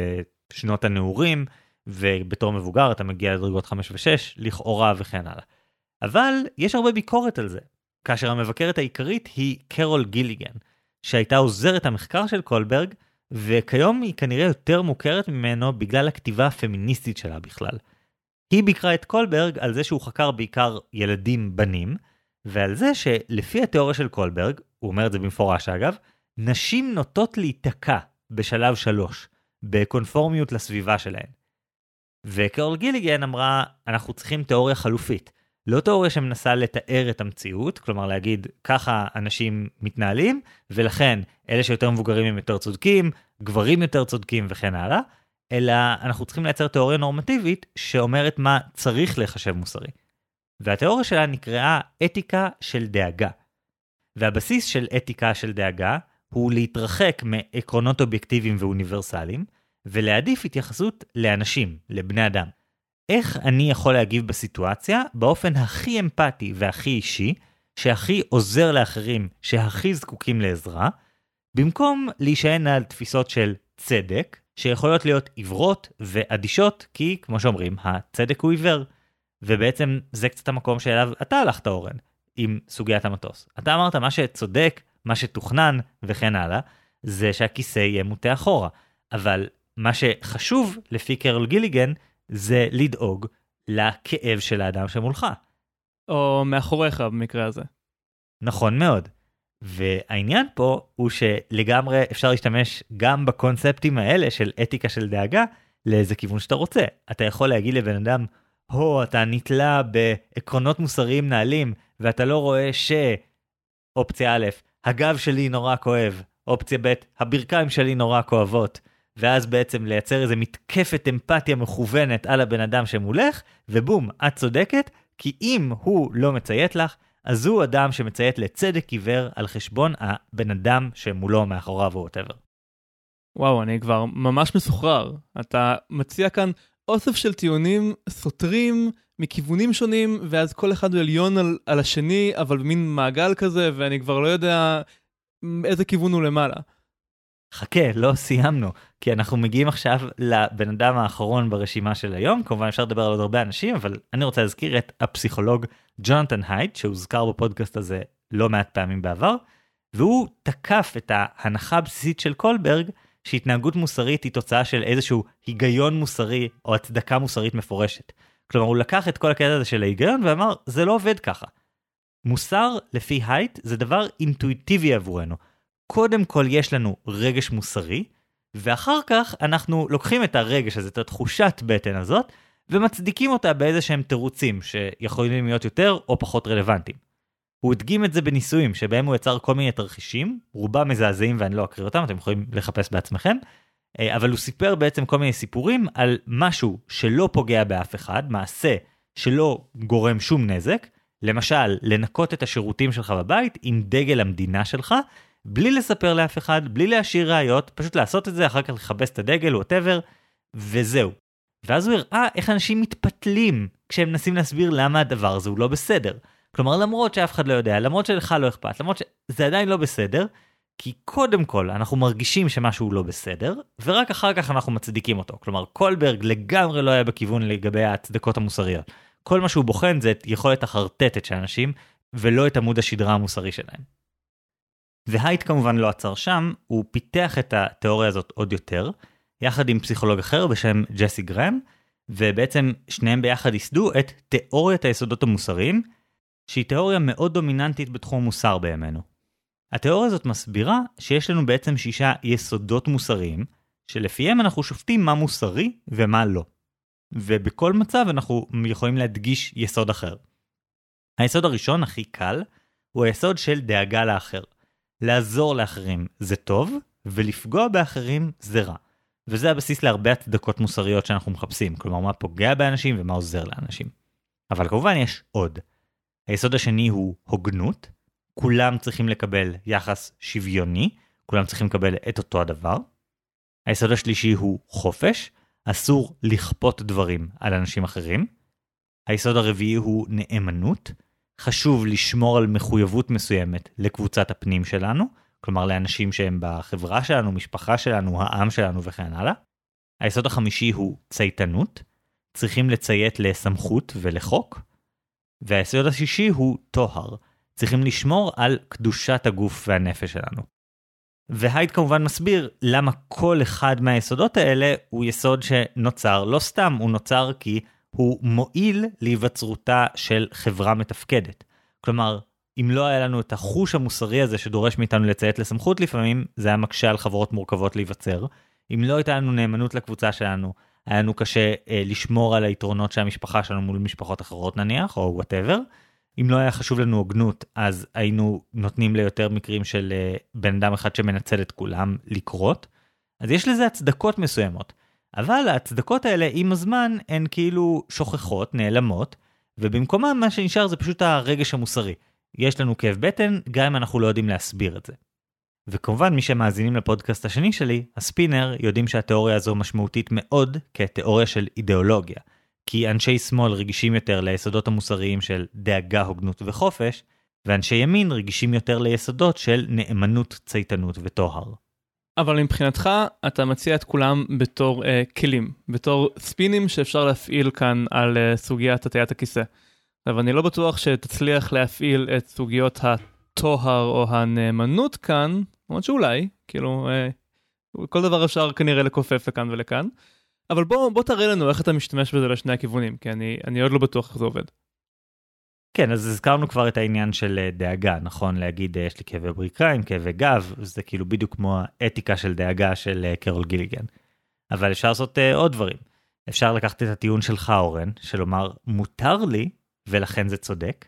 בשנות הנעורים, ובתור מבוגר אתה מגיע לדרגות 5 ו-6, לכאורה וכן הלאה. אבל יש הרבה ביקורת על זה, כאשר המבקרת העיקרית היא קרול גיליגן, שהייתה עוזרת המחקר של קולברג, וכיום היא כנראה יותר מוכרת ממנו בגלל הכתיבה הפמיניסטית שלה בכלל. היא ביקרה את קולברג על זה שהוא חקר בעיקר ילדים בנים, ועל זה שלפי התיאוריה של קולברג, הוא אומר את זה במפורש אגב, נשים נוטות להיתקע בשלב 3, בקונפורמיות לסביבה שלהן. וקרול גיליגן אמרה, אנחנו צריכים תיאוריה חלופית. לא תיאוריה שמנסה לתאר את המציאות, כלומר להגיד, ככה אנשים מתנהלים, ולכן אלה שיותר מבוגרים הם יותר צודקים, גברים יותר צודקים וכן הלאה, אלא אנחנו צריכים לייצר תיאוריה נורמטיבית שאומרת מה צריך לחשב מוסרי. והתיאוריה שלה נקראה אתיקה של דאגה. והבסיס של אתיקה של דאגה הוא להתרחק מעקרונות אובייקטיביים ואוניברסליים, ולהעדיף התייחסות לאנשים, לבני אדם. איך אני יכול להגיב בסיטואציה באופן הכי אמפתי והכי אישי, שהכי עוזר לאחרים, שהכי זקוקים לעזרה, במקום להישען על תפיסות של צדק, שיכולות להיות עיוורות ואדישות, כי כמו שאומרים, הצדק הוא עיוור. ובעצם זה קצת המקום שאליו אתה הלכת אורן, עם סוגיית המטוס. אתה אמרת מה שצודק, מה שתוכנן וכן הלאה, זה שהכיסא יהיה מוטה אחורה. אבל מה שחשוב לפי קרול גיליגן, זה לדאוג לכאב של האדם שמולך. או מאחוריך במקרה הזה. נכון מאוד. והעניין פה הוא שלגמרי אפשר להשתמש גם בקונספטים האלה של אתיקה של דאגה לאיזה כיוון שאתה רוצה. אתה יכול להגיד לבן אדם, אתה נתלה בעקרונות מוסריים נעלים, ואתה לא רואה אופציה א', הגב שלי נורא כואב, אופציה ב', הברכיים שלי נורא כואבות, ואז בעצם לייצר איזה מתקפת אמפתיה מכוונת על הבן אדם שמולך, ובום, את צודקת, כי אם הוא לא מציית לך, אז הוא אדם שמציית לצדק עיוור על חשבון הבן אדם שמולו מאחוריו או whatever. וואו, אני כבר ממש מסוחרר. אתה מציע כאן אוסף של טיעונים סותרים מכיוונים שונים, ואז כל אחד הוא עליון על השני, אבל במין מעגל כזה, ואני כבר לא יודע איזה כיוון הוא למעלה. חכה, לא סיימנו, כי אנחנו מגיעים עכשיו לבן אדם האחרון ברשימה של היום, כמובן אפשר לדבר על עוד הרבה אנשים, אבל אני רוצה להזכיר את הפסיכולוג ג'ונתן הייט, שהוזכר בפודקאסט הזה לא מעט פעמים בעבר, והוא תקף את ההנחה הבסיסית של קולברג, שהתנהגות מוסרית היא תוצאה של איזשהו היגיון מוסרי, או הצדקה מוסרית מפורשת. כלומר, הוא לקח את כל הקטע הזה של ההיגיון, ואמר, זה לא עובד ככה. מוסר, לפי הייט, זה דבר אינטואיטיבי עבורנו. קודם כל יש לנו רגש מוסרי, ואחר כך אנחנו לוקחים את הרגש הזה, את התחושת בטן הזאת, ומצדיקים אותה באיזה שהם תירוצים, שיכולים להיות יותר או פחות רלוונטיים. הוא הדגים את זה בניסויים, שבהם הוא יצר כל מיני תרחישים, רובם מזעזעים ואני לא אקריא אותם, אתם יכולים לחפש בעצמכם, אבל הוא סיפר בעצם כל מיני סיפורים על משהו שלא פוגע באף אחד, מעשה שלא גורם שום נזק, למשל, לנקות את השירותים שלך בבית עם דגל המדינה שלך, בלי לספר לאף אחד, בלי להשאיר ראיות, פשוט לעשות את זה, אחר כך לחבש את הדגל, whatever, וזהו. ואז הוא הראה איך אנשים מתפתלים כשהם מנסים להסביר למה הדבר הזה הוא לא בסדר. כלומר, למרות שאף אחד לא יודע, למרות שלך לא אכפת, למרות שזה עדיין לא בסדר, כי קודם כל אנחנו מרגישים שמשהו לא בסדר, ורק אחר כך אנחנו מצדיקים אותו. כלומר, קולברג לגמרי לא היה בכיוון לגבי ההצדקות המוסריות. כל מה שהוא בוחן זה יכולת החרטטת של אנשים, ולא את עמוד השדרה המוסרי שלהם. והייט כמובן לא עצר שם, הוא פיתח את התיאוריה הזאת עוד יותר, יחד עם פסיכולוג אחר בשם ג'סי גרם, ובעצם שניהם ביחד ייסדו את תיאוריית היסודות המוסריים, שהיא תיאוריה מאוד דומיננטית בתחום מוסר בימינו. התיאוריה הזאת מסבירה שיש לנו בעצם 6 יסודות מוסריים, שלפיהם אנחנו שופטים מה מוסרי ומה לא. ובכל מצב אנחנו יכולים להדגיש יסוד אחר. היסוד הראשון, הכי קל, הוא היסוד של דאגה לאחר. לעזור לאחרים זה טוב, ולפגוע באחרים זה רע. וזה הבסיס להרבה הצדקות מוסריות שאנחנו מחפשים, כלומר מה פוגע באנשים ומה עוזר לאנשים. אבל כמובן יש עוד. היסוד השני הוא הוגנות. כולם צריכים לקבל יחס שוויוני, כולם צריכים לקבל את אותו הדבר. היסוד השלישי הוא חופש, אסור לכפות דברים על אנשים אחרים. היסוד הרביעי הוא נאמנות, חשוב לשמור על מחויבות מסוימת לקבוצת הפנים שלנו, כלומר לאנשים שהם בחברה שלנו, משפחה שלנו, העם שלנו וכן הלאה. היסוד החמישי הוא צייתנות, צריכים לציית לסמכות ולחוק. והיסוד השישי הוא טוהר, צריכים לשמור על קדושת הגוף והנפש שלנו. והייד כמובן מסביר למה כל אחד מהיסודות האלה הוא יסוד שנוצר לא סתם, הוא נוצר כי הוא מועיל להיווצרותה של חברה מתפקדת. כלומר, אם לא היה לנו את החוש המוסרי הזה שדורש מאיתנו לציית לסמכות לפעמים, זה היה מקשה על חברות מורכבות להיווצר. אם לא הייתה לנו נאמנות לקבוצה שלנו, היה לנו קשה לשמור על היתרונות של המשפחה שלנו מול משפחות אחרות נניח, או whatever. אם לא היה חשוב לנו הוגנות, אז היינו נותנים ליותר מקרים של בן אדם אחד שמנצל את כולם לקרות. אז יש לזה הצדקות מסוימות. אבל ההצדקות האלה עם הזמן הן כאילו שוכחות, נעלמות, ובמקומם מה שנשאר זה פשוט הרגש המוסרי. יש לנו כאב בטן, גם אם אנחנו לא יודעים להסביר את זה. וכמובן מי שמאזינים לפודקאסט השני שלי, הספינר, יודעים שהתיאוריה הזו משמעותית מאוד כתיאוריה של אידיאולוגיה. כי אנשי שמאל רגישים יותר ליסודות המוסריים של דאגה, הוגנות וחופש, ואנשי ימין רגישים יותר ליסודות של נאמנות, צייתנות וטוהר. אבל מבחינתך אתה מציע את כולם בתור כלים, בתור ספינים שאפשר להפעיל כאן על סוגיית הטיית הכיסא. אבל אני לא בטוח שתצליח להפעיל את סוגיות הטוהר או הנאמנות כאן, למרות שאולי, כאילו, כל דבר אפשר כנראה לקופף לכאן ולכאן. אבל בוא תראה לנו איך אתה משתמש בזה לשני הכיוונים, כי אני עוד לא בטוח איך זה עובד. כן, אז הזכרנו כבר את העניין של דאגה, נכון? להגיד, יש לי כאבי בריקיים, כאבי גב, זה כאילו בדיוק כמו האתיקה של דאגה של קרול גיליגן. אבל אפשר לעשות עוד דברים. אפשר לקחת את הטיעון שלך, אורן, שלומר, מותר לי, ולכן זה צודק.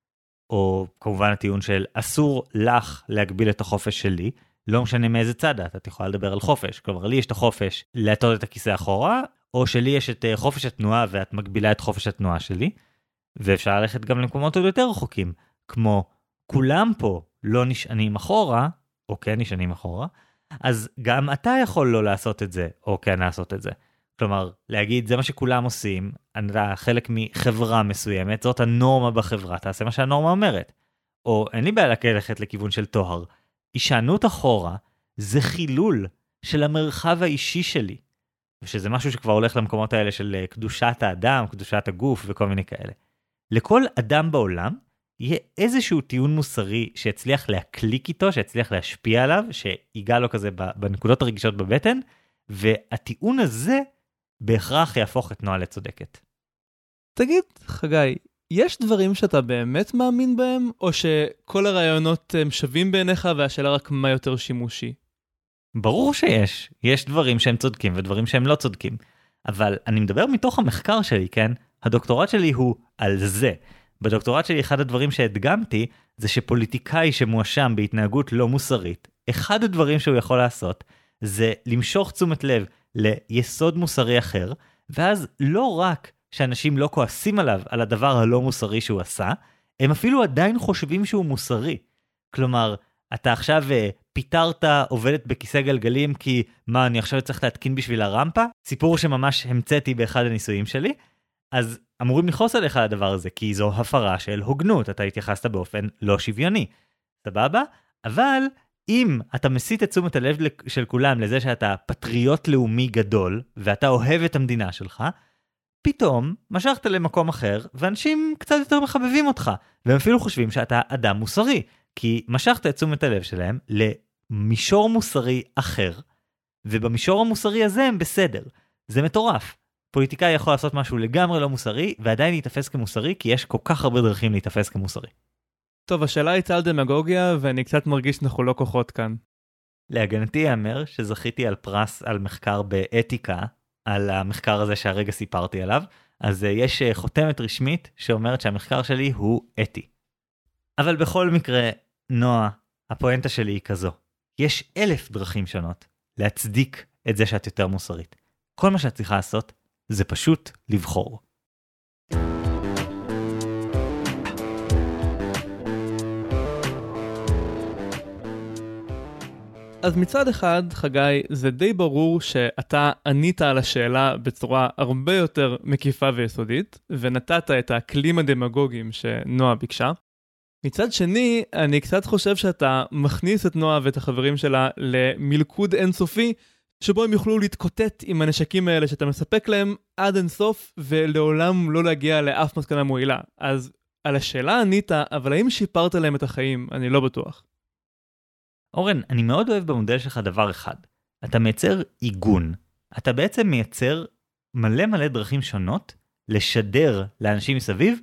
או כמובן הטיעון של אסור לך להגביל את החופש שלי, לא משנה מאיזה צד את יכולה לדבר על חופש. כלומר, לי יש את החופש להטות את הכיסא אחורה, או שלי יש את חופש התנועה ואת מגבילה את חופש התנועה שלי. ואפשר ללכת גם למקומות עוד יותר רחוקים, כמו כולם פה לא נשענים אחורה, או כן נשענים אחורה, אז גם אתה יכול לא לעשות את זה, או כן לעשות את זה. כלומר, להגיד, זה מה שכולם עושים, אתה חלק מחברה מסוימת, זאת הנורמה בחברה, תעשה מה שהנורמה אומרת. או אין לי בעיה ללכת לכיוון של טוהר. הישענות אחורה זה חילול של המרחב האישי שלי, ושזה משהו שכבר הולך למקומות האלה של קדושת האדם, קדושת הגוף וכל מיני כאלה. לכל אדם בעולם יהיה איזשהו טיעון מוסרי שהצליח להקליק איתו, שהצליח להשפיע עליו, שיגע לו כזה בנקודות הרגישות בבטן, והטיעון הזה בהכרח יהפוך את נועה לצודקת. תגיד, חגי, יש דברים שאתה באמת מאמין בהם, או שכל הרעיונות הם שווים בעיניך והשאלה רק מה יותר שימושי? ברור שיש. יש דברים שהם צודקים ודברים שהם לא צודקים. אבל אני מדבר מתוך המחקר שלי, כן? הדוקטורט שלי הוא על זה. בדוקטורט שלי אחד הדברים שהדגמתי זה שפוליטיקאי שמואשם בהתנהגות לא מוסרית, אחד הדברים שהוא יכול לעשות זה למשוך תשומת לב ליסוד מוסרי אחר, ואז לא רק שאנשים לא כועסים עליו על הדבר הלא מוסרי שהוא עשה, הם אפילו עדיין חושבים שהוא מוסרי. כלומר, אתה עכשיו פיתרת עובדת בכיסא גלגלים כי מה, אני עכשיו צריך להתקין בשביל הרמפה? סיפור שממש המצאתי באחד הניסויים שלי. אז אמורים לכעוס עליך הדבר הזה, כי זו הפרה של הוגנות, אתה התייחסת באופן לא שוויוני. סבבה? אבל אם אתה מסית את תשומת הלב של כולם לזה שאתה פטריוט לאומי גדול, ואתה אוהב את המדינה שלך, פתאום משכת למקום אחר, ואנשים קצת יותר מחבבים אותך, והם אפילו חושבים שאתה אדם מוסרי, כי משכת את תשומת הלב שלהם למישור מוסרי אחר, ובמישור המוסרי הזה הם בסדר. זה מטורף. פוליטיקאי יכול לעשות משהו לגמרי לא מוסרי, ועדיין להתאפס כמוסרי, כי יש כל כך הרבה דרכים להתאפס כמוסרי. טוב, השאלה הייתה על דמגוגיה, ואני קצת מרגיש שאנחנו לא כוחות כאן. להגנתי יאמר שזכיתי על פרס על מחקר באתיקה, על המחקר הזה שהרגע סיפרתי עליו, אז יש חותמת רשמית שאומרת שהמחקר שלי הוא אתי. אבל בכל מקרה, נועה, הפואנטה שלי היא כזו. יש 1000 דרכים שונות להצדיק את זה שאת יותר מוסרית. כל מה שאת צריכה לעשות זה פשוט לבחור. אז מצד אחד, חגי, זה די ברור שאתה ענית על השאלה בצורה הרבה יותר מקיפה ויסודית, ונתת את הכלים הדמגוגיים שנועה ביקשה. מצד שני, אני קצת חושב שאתה מכניס את נועה ואת החברים שלה למלכוד אינסופי, שבו הם יוכלו להתקוטט עם הנשקים האלה שאתה מספק להם עד אינסוף, ולעולם לא להגיע לאף מסקנה מועילה. אז על השאלה ענית, אבל האם שיפרת להם את החיים? אני לא בטוח. אורן, אני מאוד אוהב במודל שלך דבר אחד. אתה מייצר עיגון. אתה בעצם מייצר מלא דרכים שונות לשדר לאנשים מסביב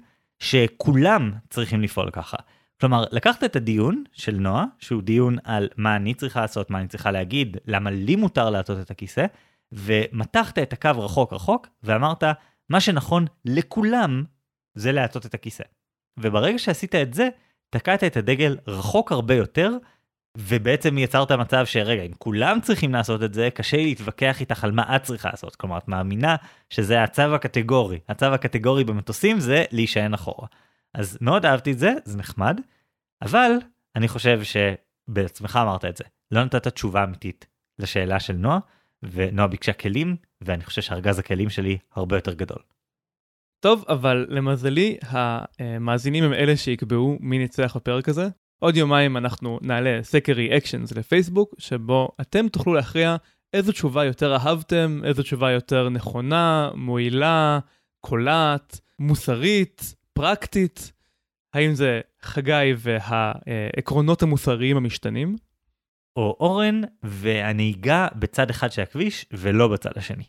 שכולם צריכים לפעול ככה. כלומר, לקחת את הדיון של נועה, שהוא דיון על מה אני צריכה לעשות, מה אני צריכה להגיד, למה לי מותר לעשות את הכיסא, ומתחת את הקו רחוק ואמרת, מה שנכון לכולם זה לעשות את הכיסא. וברגע שעשית את זה, תקעת את הדגל רחוק הרבה יותר, ובעצם יצרת מצב שרגע, אם כולם צריכים לעשות את זה, קשה לי להתווכח איתך על מה את צריכה לעשות. כלומר, את מאמינה שזה הצו הקטגורי. הצו הקטגורי במטוסים זה להישען אחורה. אז מאוד אהבתי את זה, זה נחמד, אבל אני חושב שבעצמך אמרת את זה. לא נתת תשובה אמיתית לשאלה של נועה, ונועה ביקשה כלים, ואני חושב שארגז הכלים שלי הרבה יותר גדול. טוב, אבל למזלי, המאזינים הם אלה שיקבעו מי ניצח בפרק הזה. עוד יומיים אנחנו נעלה סקר ריאקשנס לפייסבוק, שבו אתם תוכלו להכריע איזו תשובה יותר אהבתם, איזו תשובה יותר נכונה, מועילה, קולעת, מוסרית, פרקטית. האם זה חגי והעקרונות המוסריים המשתנים? או אורן והנהיגה בצד אחד של הכביש ולא בצד השני.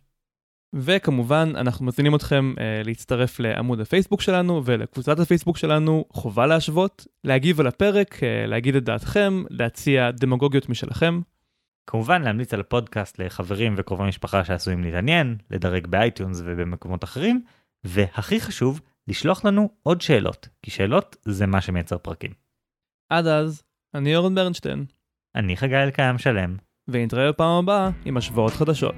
וכמובן, אנחנו מזמינים אתכם להצטרף לעמוד הפייסבוק שלנו ולקבוצת הפייסבוק שלנו, חובה להשוות, להגיב על הפרק, להגיד את דעתכם, להציע דמגוגיות משלכם. כמובן, להמליץ על הפודקאסט לחברים וקרובי משפחה שעשויים להתעניין, לדרג באייטיונס ובמקומות אחרים, והכי חשוב, לשלוח לנו עוד שאלות, כי שאלות זה מה שמייצר פרקים. עד אז, אני אורן ברנשטיין. אני חגי אלקיים שלם. ונתראה בפעם הבאה עם השוואות חדשות.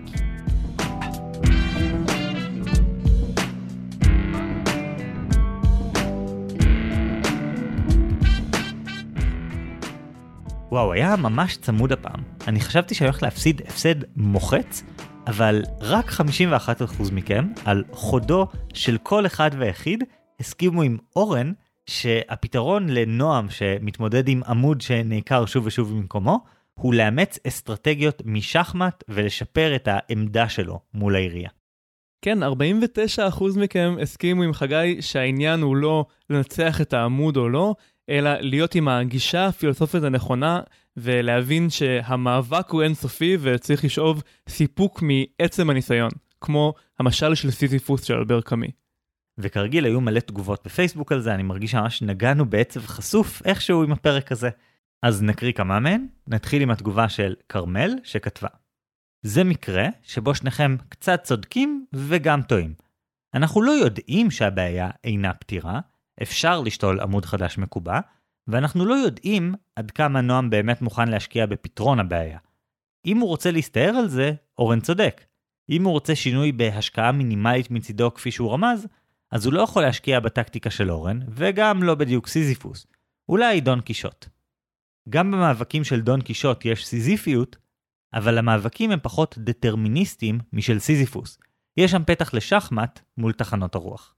וואו, היה ממש צמוד הפעם. אני חשבתי שאני הולך להפסיד הפסד מוחץ, אבל רק 51% מכם, על חודו של כל אחד ויחיד, הסכימו עם אורן שהפתרון לנועם שמתמודד עם עמוד שנעקר שוב ושוב במקומו, הוא לאמץ אסטרטגיות משחמט ולשפר את העמדה שלו מול העירייה. כן, 49% מכם הסכימו עם חגי שהעניין הוא לא לנצח את העמוד או לא, אלא להיות עם הגישה הפילוסופית הנכונה, ולהבין שהמאבק הוא אינסופי וצריך לשאוב סיפוק מעצם הניסיון, כמו המשל של סיזיפוס של אלבר קאמי. וכרגיל היו מלא תגובות בפייסבוק על זה, אני מרגיש ממש נגענו בעצב חשוף איכשהו עם הפרק הזה. אז נקריא כמה מהן, נתחיל עם התגובה של קרמל שכתבה. זה מקרה שבו שניכם קצת צודקים וגם טועים. אנחנו לא יודעים שהבעיה אינה פתירה, אפשר לשתול עמוד חדש מקובע, ואנחנו לא יודעים עד כמה נועם באמת מוכן להשקיע בפתרון הבעיה. אם הוא רוצה להסתער על זה, אורן צודק. אם הוא רוצה שינוי בהשקעה מינימלית מצידו כפי שהוא רמז, אז הוא לא יכול להשקיע בטקטיקה של אורן, וגם לא בדיוק סיזיפוס. אולי דון קישוט. גם במאבקים של דון קישוט יש סיזיפיות, אבל המאבקים הם פחות דטרמיניסטיים משל סיזיפוס. יש שם פתח לשחמט מול תחנות הרוח.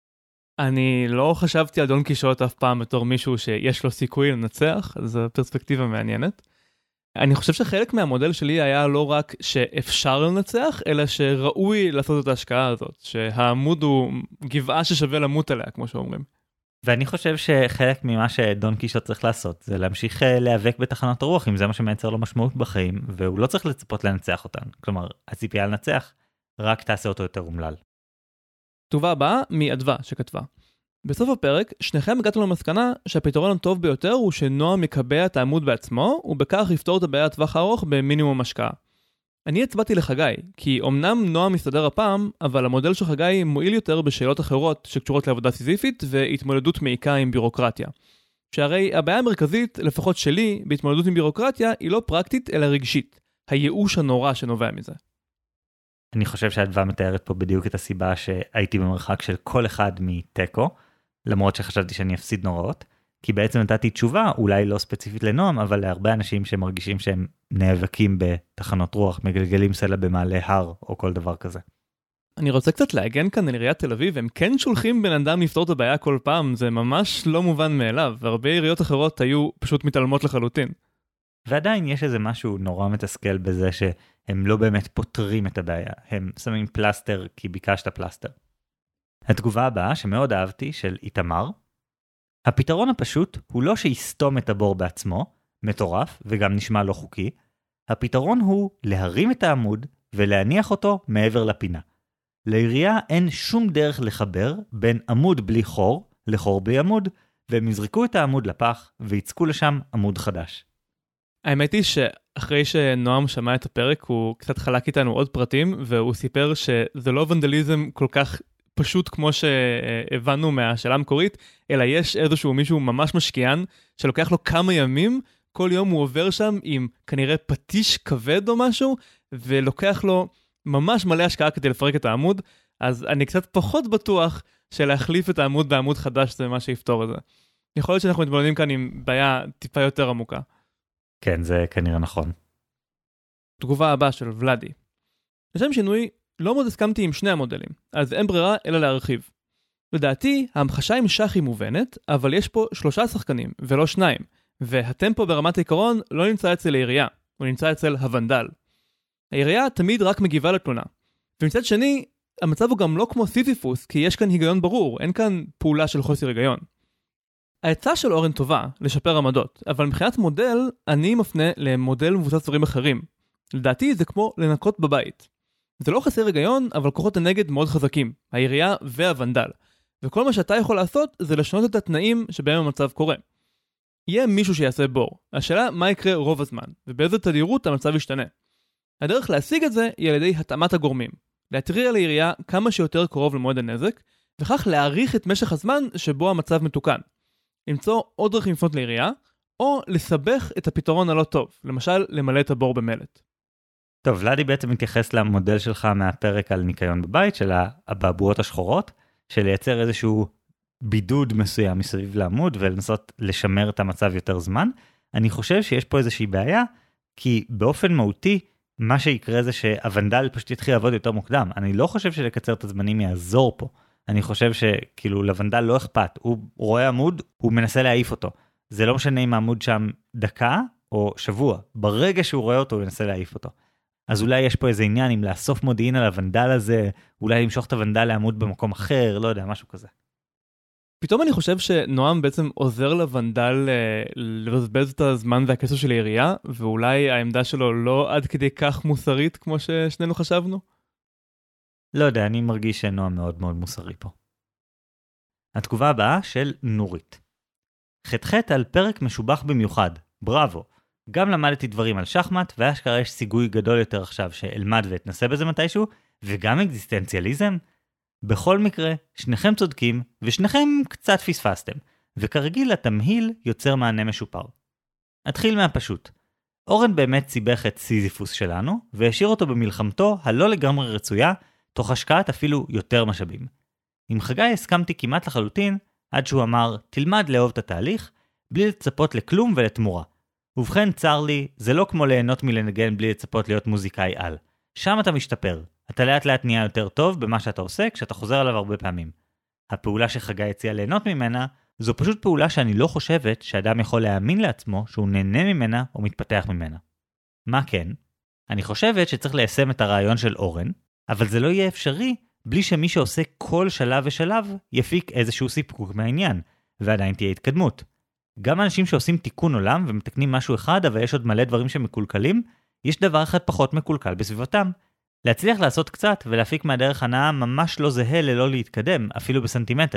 אני לא חשבתי על דון קישוט אף פעם בתור מישהו שיש לו סיכוי לנצח, אז זו פרספקטיבה מעניינת. אני חושב שחלק מהמודל שלי היה לא רק שאפשר לנצח, אלא שראוי לעשות את ההשקעה הזאת, שהעמוד הוא גבעה ששווה למות עליה, כמו שאומרים. ואני חושב שחלק ממה שדון קישוט צריך לעשות, זה להמשיך להיאבק בתחנות הרוח, אם זה מה שמייצר לו משמעות בחיים, והוא לא צריך לצפות לנצח אותן. כלומר, הציפייה לנצח, רק תעשה אותו יותר אומלל. תגובה הבאה מאדווה שכתבה. בסוף הפרק, שניכם הגעתם למסקנה שהפתרון הטוב ביותר הוא שנועם יקבע את העמוד בעצמו, ובכך יפתור את הבעיה לטווח הארוך במינימום השקעה. אני הצבעתי לחגי, כי אמנם נועם מסתדר הפעם, אבל המודל של חגי מועיל יותר בשאלות אחרות שקשורות לעבודה סיזיפית והתמודדות מעיקה עם בירוקרטיה. שהרי הבעיה המרכזית, לפחות שלי, בהתמודדות עם בירוקרטיה, היא לא פרקטית אלא רגשית. הייאוש הנורא שנובע מזה. אני חושב שהדבר מתארת פה בדיוק את הסיבה שהייתי במרחק של כל אחד מטקו, למרות שחשבתי שאני אפסיד נוראות, כי בעצם נתתי תשובה, אולי לא ספציפית לנועם, אבל להרבה אנשים שמרגישים שהם נאבקים בתחנות רוח, מגלגלים סלע במעלה הר או כל דבר כזה. אני רוצה קצת להגן כאן על עיריית תל אביב, הם כן שולחים בן אדם לפתור את הבעיה כל פעם, זה ממש לא מובן מאליו, והרבה עיריות אחרות היו פשוט מתעלמות לחלוטין. ועדיין יש איזה משהו נורא מתסכל בזה שהם לא באמת פותרים את הבעיה, הם שמים פלסטר כי ביקשת פלסטר. התגובה הבאה שמאוד אהבתי של איתמר, הפתרון הפשוט הוא לא שיסתום את הבור בעצמו, מטורף וגם נשמע לא חוקי, הפתרון הוא להרים את העמוד ולהניח אותו מעבר לפינה. לעירייה אין שום דרך לחבר בין עמוד בלי חור לחור בלי עמוד, והם יזרקו את העמוד לפח ויצקו לשם עמוד חדש. האמת היא שאחרי שנועם שמע את הפרק הוא קצת חלק איתנו עוד פרטים, והוא סיפר שזה לא ונדליזם כל כך פשוט כמו שהבנו מהשאלה המקורית, אלא יש איזשהו מישהו ממש משקיען, שלוקח לו כמה ימים, כל יום הוא עובר שם עם כנראה פטיש כבד או משהו, ולוקח לו ממש מלא השקעה כדי לפרק את העמוד, אז אני קצת פחות בטוח שלהחליף את העמוד בעמוד חדש זה מה שיפתור את זה. יכול להיות שאנחנו מתמודדים כאן עם בעיה טיפה יותר עמוקה. כן, זה כנראה נכון. תגובה הבאה של ולדי. לשם שינוי, לא מאוד הסכמתי עם שני המודלים, אז אין ברירה אלא להרחיב. לדעתי, ההמחשה עם שח היא מובנת, אבל יש פה 3 שחקנים ולא 2, והטמפו ברמת העיקרון לא נמצא אצל העירייה, הוא נמצא אצל הוונדל. העירייה תמיד רק מגיבה לתלונה. ומצד שני, המצב הוא גם לא כמו סיזיפוס, כי יש כאן היגיון ברור, אין כאן פעולה של חוסר היגיון. ההצעה של אורן טובה, לשפר עמדות, אבל מבחינת מודל, אני מפנה למודל מבוסס דברים אחרים. לדעתי זה כמו לנקות בבית. זה לא חסר היגיון, אבל כוחות הנגד מאוד חזקים, העירייה והוונדל. וכל מה שאתה יכול לעשות זה לשנות את התנאים שבהם המצב קורה. יהיה מישהו שיעשה בור. השאלה מה יקרה רוב הזמן, ובאיזה תדירות המצב ישתנה. הדרך להשיג את זה היא על ידי התאמת הגורמים. להתריע לעירייה כמה שיותר קרוב למועד הנזק, וכך להאריך את משך הזמן שבו המצב מתוקן. למצוא עוד דרכים לפנות לעירייה, או לסבך את הפתרון הלא טוב, למשל למלא את הבור במלט. טוב, ולדי בעצם מתייחס למודל שלך מהפרק על ניקיון בבית, של הבעבועות השחורות, של לייצר איזשהו בידוד מסוים מסביב לעמוד, ולנסות לשמר את המצב יותר זמן. אני חושב שיש פה איזושהי בעיה, כי באופן מהותי, מה שיקרה זה שהוונדל פשוט יתחיל לעבוד יותר מוקדם. אני לא חושב שלקצר את הזמנים יעזור פה. אני חושב שכאילו לוונדל לא אכפת, הוא רואה עמוד, הוא מנסה להעיף אותו. זה לא משנה אם העמוד שם דקה או שבוע. ברגע שהוא רואה אותו, הוא מנסה להעיף אותו. אז אולי יש פה איזה עניין עם לאסוף מודיעין על הוונדל הזה, אולי למשוך את הוונדל לעמוד במקום אחר, לא יודע, משהו כזה. פתאום אני חושב שנועם בעצם עוזר לוונדל לבזבז את הזמן והכסף של העירייה, ואולי העמדה שלו לא עד כדי כך מוסרית כמו ששנינו חשבנו? לא יודע, אני מרגיש שנועם מאוד מאוד מוסרי פה. התגובה הבאה של נורית. חטחט על פרק משובח במיוחד, בראבו. גם למדתי דברים על שחמט, ואשכרה יש סיגוי גדול יותר עכשיו שאלמד ואתנסה בזה מתישהו, וגם אקזיסטנציאליזם. בכל מקרה, שניכם צודקים, ושניכם קצת פספסתם, וכרגיל התמהיל יוצר מענה משופר. אתחיל מהפשוט. אורן באמת סיבך את סיזיפוס שלנו, והשאיר אותו במלחמתו הלא לגמרי רצויה, תוך השקעת אפילו יותר משאבים. עם חגי הסכמתי כמעט לחלוטין, עד שהוא אמר, תלמד לאהוב את התהליך, בלי לצפות לכלום ולתמורה. ובכן צר לי, זה לא כמו ליהנות מלנגן בלי לצפות להיות מוזיקאי על. שם אתה משתפר. אתה לאט לאט נהיה יותר טוב במה שאתה עושה כשאתה חוזר עליו הרבה פעמים. הפעולה שחגי הציע ליהנות ממנה, זו פשוט פעולה שאני לא חושבת שאדם יכול להאמין לעצמו שהוא נהנה ממנה או מתפתח ממנה. מה כן? אני חושבת שצריך ליישם את הרעיון של אורן, אבל זה לא יהיה אפשרי בלי שמי שעושה כל שלב ושלב יפיק איזשהו סיפוק מהעניין, ועדיין תהיה התקדמות. גם אנשים שעושים תיקון עולם ומתקנים משהו אחד, אבל יש עוד מלא דברים שמקולקלים, יש דבר אחד פחות מקולקל בסביבתם. להצליח לעשות קצת ולהפיק מהדרך הנאה ממש לא זהה ללא להתקדם, אפילו בסנטימטר,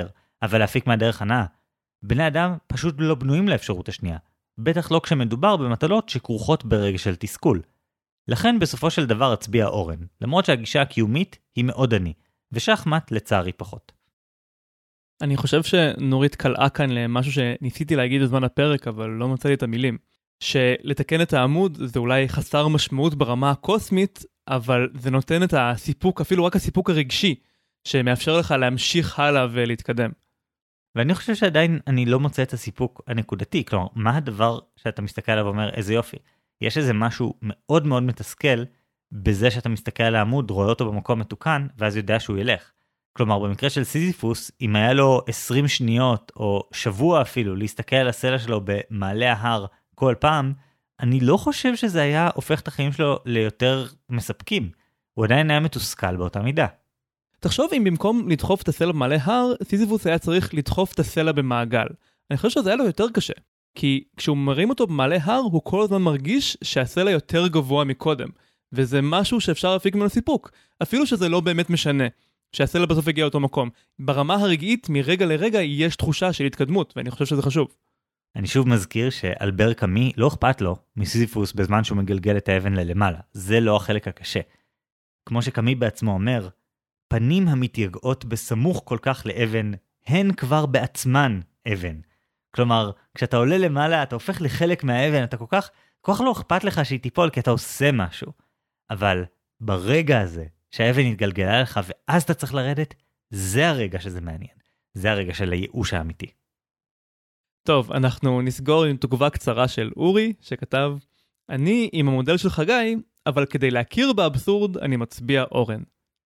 אבל להפיק מהדרך הנאה. בני אדם פשוט לא בנויים לאפשרות השנייה, בטח לא כשמדובר במטלות שכרוכות ברגע של תסכול. לכן בסופו של דבר הצביע אורן, למרות שהגישה הקיומית היא מאוד עני, ושחמט לצערי פחות. אני חושב שנורית קלעה כאן למשהו שניסיתי להגיד בזמן הפרק, אבל לא מצאתי את המילים. שלתקן את העמוד זה אולי חסר משמעות ברמה הקוסמית, אבל זה נותן את הסיפוק, אפילו רק הסיפוק הרגשי, שמאפשר לך להמשיך הלאה ולהתקדם. ואני חושב שעדיין אני לא מוצא את הסיפוק הנקודתי, כלומר, מה הדבר שאתה מסתכל עליו ואומר, איזה יופי? יש איזה משהו מאוד מאוד מתסכל, בזה שאתה מסתכל על העמוד, רואה אותו במקום מתוקן, ואז יודע שהוא ילך. כלומר, במקרה של סיזיפוס, אם היה לו 20 שניות, או שבוע אפילו, להסתכל על הסלע שלו במעלה ההר כל פעם, אני לא חושב שזה היה הופך את החיים שלו ליותר מספקים. הוא עדיין היה מתוסכל באותה מידה. תחשוב אם במקום לדחוף את הסלע במעלה הר, סיזיפוס היה צריך לדחוף את הסלע במעגל. אני חושב שזה היה לו יותר קשה. כי כשהוא מרים אותו במעלה הר, הוא כל הזמן מרגיש שהסלע יותר גבוה מקודם. וזה משהו שאפשר להפיק ממנו סיפוק. אפילו שזה לא באמת משנה. שהסלע בסוף הגיע לאותו מקום. ברמה הרגעית, מרגע לרגע, יש תחושה של התקדמות, ואני חושב שזה חשוב. אני שוב מזכיר שאלבר קאמי לא אכפת לו מסיזיפוס בזמן שהוא מגלגל את האבן ללמעלה. זה לא החלק הקשה. כמו שקאמי בעצמו אומר, פנים המתייגעות בסמוך כל כך לאבן, הן כבר בעצמן אבן. כלומר, כשאתה עולה למעלה, אתה הופך לחלק מהאבן, אתה כל כך לא אכפת לך שהיא תיפול, כי אתה עושה משהו. אבל ברגע הזה, שהאבן יתגלגלה לך, ואז אתה צריך לרדת, זה הרגע שזה מעניין. זה הרגע של הייאוש האמיתי. טוב, אנחנו נסגור עם תגובה קצרה של אורי, שכתב, אני עם המודל של חגי, אבל כדי להכיר באבסורד, אני מצביע אורן.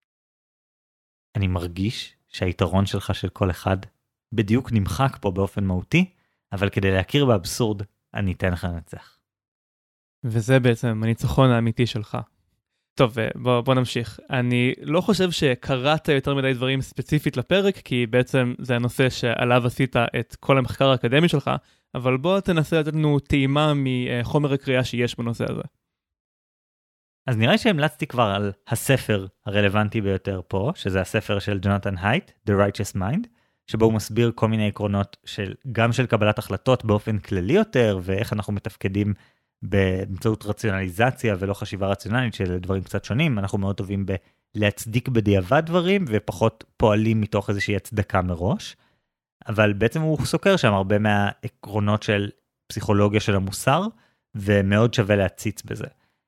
אני מרגיש שהיתרון שלך של כל אחד בדיוק נמחק פה באופן מהותי, אבל כדי להכיר באבסורד, אני אתן לך לנצח. וזה בעצם הניצחון האמיתי שלך. טוב, בוא נמשיך. אני לא חושב שקראת יותר מדי דברים ספציפית לפרק, כי בעצם זה הנושא שעליו עשית את כל המחקר האקדמי שלך, אבל בוא תנסה לתת לנו טעימה מחומר הקריאה שיש בנושא הזה. אז נראה שהמלצתי כבר על הספר הרלוונטי ביותר פה, שזה הספר של ג'ונתן הייט, The Righteous Mind, שבו הוא מסביר כל מיני עקרונות גם של קבלת החלטות באופן כללי יותר, ואיך אנחנו מתפקדים באמצעות רציונליזציה ולא חשיבה רציונלית של דברים קצת שונים. אנחנו מאוד טובים להצדיק בדיעבד דברים, ופחות פועלים מתוך איזושהי הצדקה מראש. אבל בעצם הוא סוקר שם הרבה מהעקרונות של פסיכולוגיה של המוסר, ומאוד שווה להציץ בזה.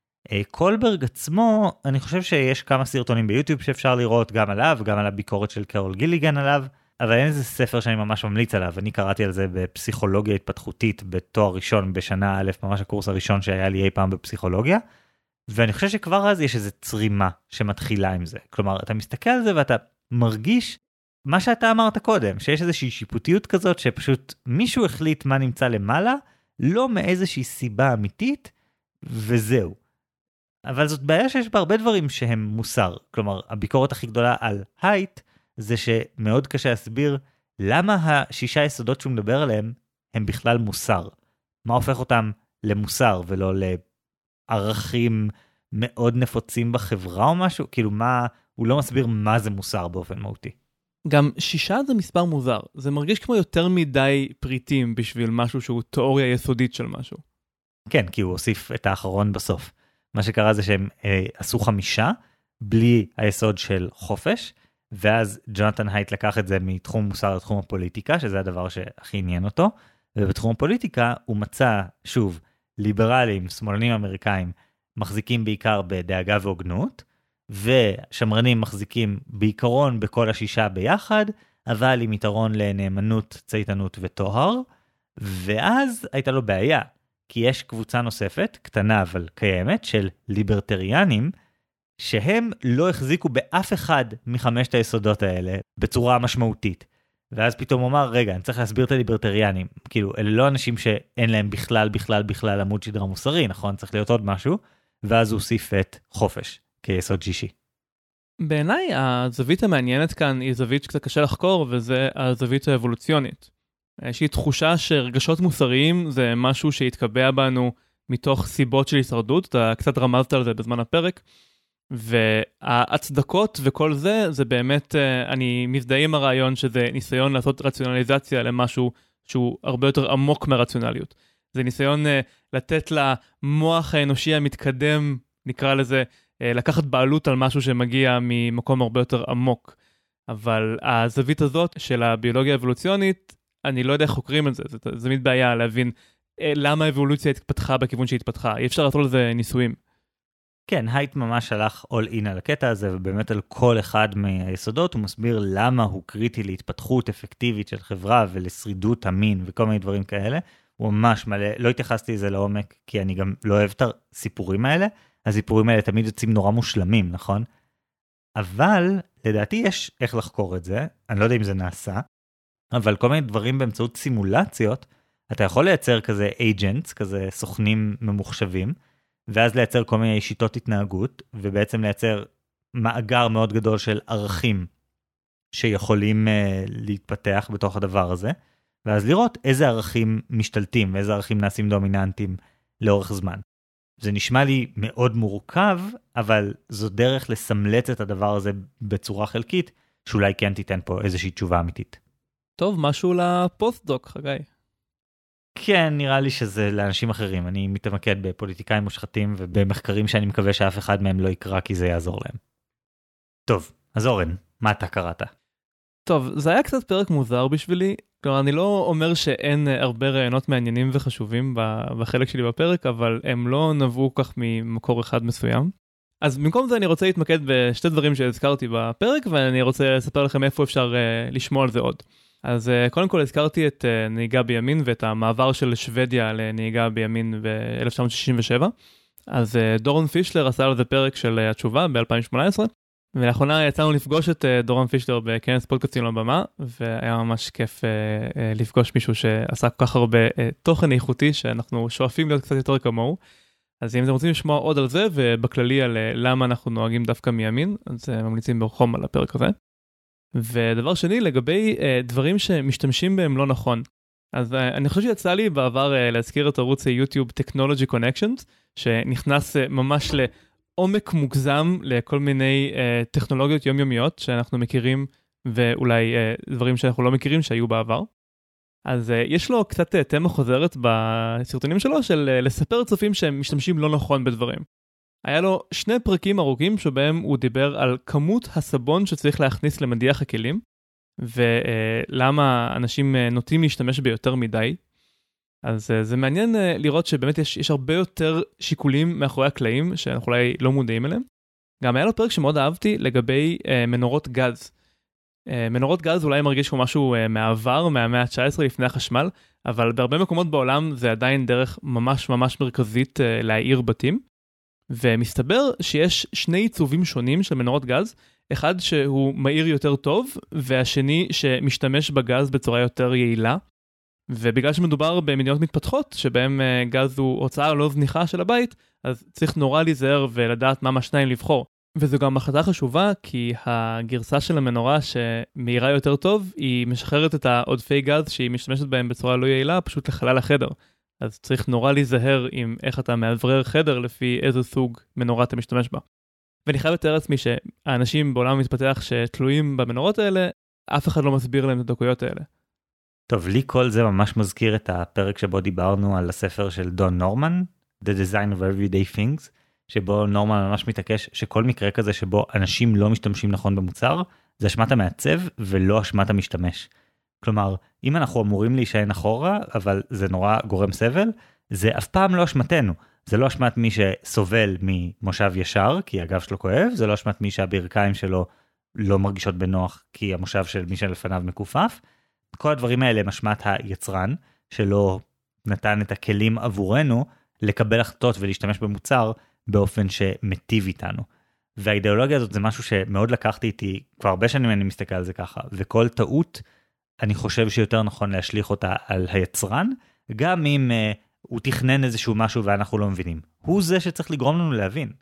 קולברג עצמו, אני חושב שיש כמה סרטונים ביוטיוב שאפשר לראות גם עליו, גם על הביקורת של קרול גיליגן עליו, אבל אין איזה ספר שאני ממש ממליץ עליו. אני קראתי על זה בפסיכולוגיה התפתחותית בתואר ראשון בשנה א', ממש הקורס הראשון שהיה לי אי פעם בפסיכולוגיה, ואני חושב שכבר אז יש איזו צרימה שמתחילה עם זה. כלומר, אתה מסתכל על זה ואתה מרגיש מה שאתה אמרת קודם, שיש איזושהי שיפוטיות כזאת שפשוט מישהו החליט מה נמצא למעלה, לא מאיזושהי סיבה אמיתית, וזהו. אבל זאת בעיה שיש בה הרבה דברים שהם מוסר. כלומר, הביקורת הכי גדולה על הייט, זה שמאוד קשה להסביר למה השישה יסודות שהוא מדבר עליהם הם בכלל מוסר. מה הופך אותם למוסר ולא לערכים מאוד נפוצים בחברה או משהו? כאילו הוא לא מסביר מה זה מוסר באופן מהותי. גם 6 זה מספר מוזר. זה מרגיש כמו יותר מדי פריטים בשביל משהו שהוא תיאוריה יסודית של משהו. כן, כי הוא הוסיף את האחרון בסוף. מה שקרה זה שהם עשו 5 בלי היסוד של חופש, ואז ג'ונתן הייט לקח את זה מתחום מוסר לתחום הפוליטיקה, שזה הדבר שהכי עניין אותו, ובתחום הפוליטיקה הוא מצא, שוב, ליברלים, שמאלנים אמריקאים, מחזיקים בעיקר בדאגה והוגנות, ושמרנים מחזיקים בעיקרון בכל 6 ביחד, אבל עם יתרון לנאמנות, צייתנות וטוהר, ואז הייתה לו בעיה, כי יש קבוצה נוספת, קטנה אבל קיימת, של ליברטריאנים, שהם לא החזיקו באף אחד מ5 היסודות האלה בצורה משמעותית. ואז פתאום הוא אמר, רגע, אני צריך להסביר את הליברטריאנים. כאילו, אלה לא אנשים שאין להם בכלל עמוד שדרה מוסרי, נכון? צריך להיות עוד משהו. ואז הוא הוסיף את חופש כיסוד שישי. בעיניי, הזווית המעניינת כאן היא זווית שקצת קשה לחקור, וזה הזווית האבולוציונית. יש לי תחושה שרגשות מוסריים זה משהו שהתקבע בנו מתוך סיבות של הישרדות, אתה קצת רמזת על זה בזמן הפרק, וההצדקות וכל זה, זה באמת, אני מזדהה עם הרעיון שזה ניסיון לעשות רציונליזציה למשהו שהוא הרבה יותר עמוק מהרציונליות. זה ניסיון לתת למוח האנושי המתקדם, נקרא לזה, לקחת בעלות על משהו שמגיע ממקום הרבה יותר עמוק. אבל הזווית הזאת של הביולוגיה האבולוציונית, אני לא יודע איך חוקרים את זה, זה תמיד בעיה להבין למה האבולוציה התפתחה בכיוון שהתפתחה. אי אפשר לעשות לזה ניסויים. כן, הייט ממש הלך all in על הקטע הזה, ובאמת על כל אחד מהיסודות הוא מסביר למה הוא קריטי להתפתחות אפקטיבית של חברה ולשרידות המין וכל מיני דברים כאלה. הוא ממש מלא, לא התייחסתי לזה לעומק, כי אני גם לא אוהב את הסיפורים האלה. הסיפורים האלה תמיד יוצאים נורא מושלמים, נכון? אבל לדעתי יש איך לחקור את זה, אני לא יודע אם זה נעשה, אבל כל מיני דברים באמצעות סימולציות, אתה יכול לייצר כזה agents, כזה סוכנים ממוחשבים, ואז לייצר כל מיני שיטות התנהגות, ובעצם לייצר מאגר מאוד גדול של ערכים שיכולים להתפתח בתוך הדבר הזה, ואז לראות איזה ערכים משתלטים, ואיזה ערכים נעשים דומיננטיים לאורך זמן. זה נשמע לי מאוד מורכב, אבל זו דרך לסמלץ את הדבר הזה בצורה חלקית, שאולי כן תיתן פה איזושהי תשובה אמיתית. טוב, משהו לפוסט-דוק, חגי. כן, נראה לי שזה לאנשים אחרים. אני מתמקד בפוליטיקאים מושחתים ובמחקרים שאני מקווה שאף אחד מהם לא יקרא כי זה יעזור להם. טוב, אז אורן, מה אתה קראת? טוב, זה היה קצת פרק מוזר בשבילי. כלומר, אני לא אומר שאין הרבה רעיונות מעניינים וחשובים בחלק שלי בפרק, אבל הם לא נבעו כך ממקור אחד מסוים. אז במקום זה אני רוצה להתמקד בשתי דברים שהזכרתי בפרק, ואני רוצה לספר לכם איפה אפשר לשמוע על זה עוד. אז קודם כל הזכרתי את נהיגה בימין ואת המעבר של שוודיה לנהיגה בימין ב-1967. אז דורון פישלר עשה על זה פרק של התשובה ב-2018, ולאחרונה יצאנו לפגוש את דורון פישלר בכנס פודקאסטים לבמה, והיה ממש כיף לפגוש מישהו שעשה כל כך הרבה תוכן איכותי, שאנחנו שואפים להיות קצת יותר כמוהו. אז אם אתם רוצים לשמוע עוד על זה, ובכללי על למה אנחנו נוהגים דווקא מימין, אז ממליצים בחום על הפרק הזה. ודבר שני, לגבי דברים שמשתמשים בהם לא נכון. אז אני חושב שיצא לי בעבר להזכיר את ערוץ יוטיוב Technology Connections, שנכנס ממש לעומק מוגזם לכל מיני טכנולוגיות יומיומיות שאנחנו מכירים, ואולי דברים שאנחנו לא מכירים שהיו בעבר. אז יש לו קצת תמה חוזרת בסרטונים שלו של לספר צופים שהם משתמשים לא נכון בדברים. היה לו 2 פרקים ארוכים שבהם הוא דיבר על כמות הסבון שצריך להכניס למדיח הכלים, ולמה אנשים נוטים להשתמש ביותר מדי. אז זה מעניין לראות שבאמת יש הרבה יותר שיקולים מאחורי הקלעים שאנחנו אולי לא מודעים אליהם. גם היה לו פרק שמאוד אהבתי לגבי מנורות גז. מנורות גז אולי מרגיש כמו משהו מעבר מהמאה ה-19 לפני החשמל, אבל בהרבה מקומות בעולם זה עדיין דרך ממש ממש מרכזית להאיר בתים. ומסתבר שיש 2 עיצובים שונים של מנורות גז, אחד שהוא מאיר יותר טוב, והשני שמשתמש בגז בצורה יותר יעילה. ובגלל שמדובר במדינות מתפתחות, שבהם גז הוא הוצאה לא זניחה של הבית, אז צריך נורא להיזהר ולדעת מה מהשניים לבחור. וזו גם החלטה חשובה, כי הגרסה של המנורה שמאירה יותר טוב, היא משחררת את העודפי גז שהיא משתמשת בהם בצורה לא יעילה, פשוט לחלל החדר. אז צריך נורא להיזהר עם איך אתה מאוורר חדר לפי איזה סוג מנורה אתה משתמש בה. ואני חייב לתאר לעצמי שהאנשים בעולם המתפתח שתלויים במנורות האלה, אף אחד לא מסביר להם את הדקויות האלה. טוב, לי כל זה ממש מזכיר את הפרק שבו דיברנו על הספר של דון נורמן, The Design of Everyday Things, שבו נורמן ממש מתעקש שכל מקרה כזה שבו אנשים לא משתמשים נכון במוצר, זה אשמת המעצב ולא אשמת המשתמש. כלומר, אם אנחנו אמורים להישען אחורה, אבל זה נורא גורם סבל, זה אף פעם לא אשמתנו. זה לא אשמת מי שסובל ממושב ישר, כי הגב שלו כואב, זה לא אשמת מי שהברכיים שלו לא מרגישות בנוח, כי המושב של מי שלפניו מקופף. כל הדברים האלה הם אשמת היצרן, שלא נתן את הכלים עבורנו, לקבל החלטות ולהשתמש במוצר באופן שמטיב איתנו. והאידיאולוגיה הזאת זה משהו שמאוד לקחתי איתי, כבר הרבה שנים אני מסתכל על זה ככה, וכל טעות, אני חושב שיותר נכון להשליך אותה על היצרן, גם אם הוא תכנן איזשהו משהו ואנחנו לא מבינים. הוא זה שצריך לגרום לנו להבין.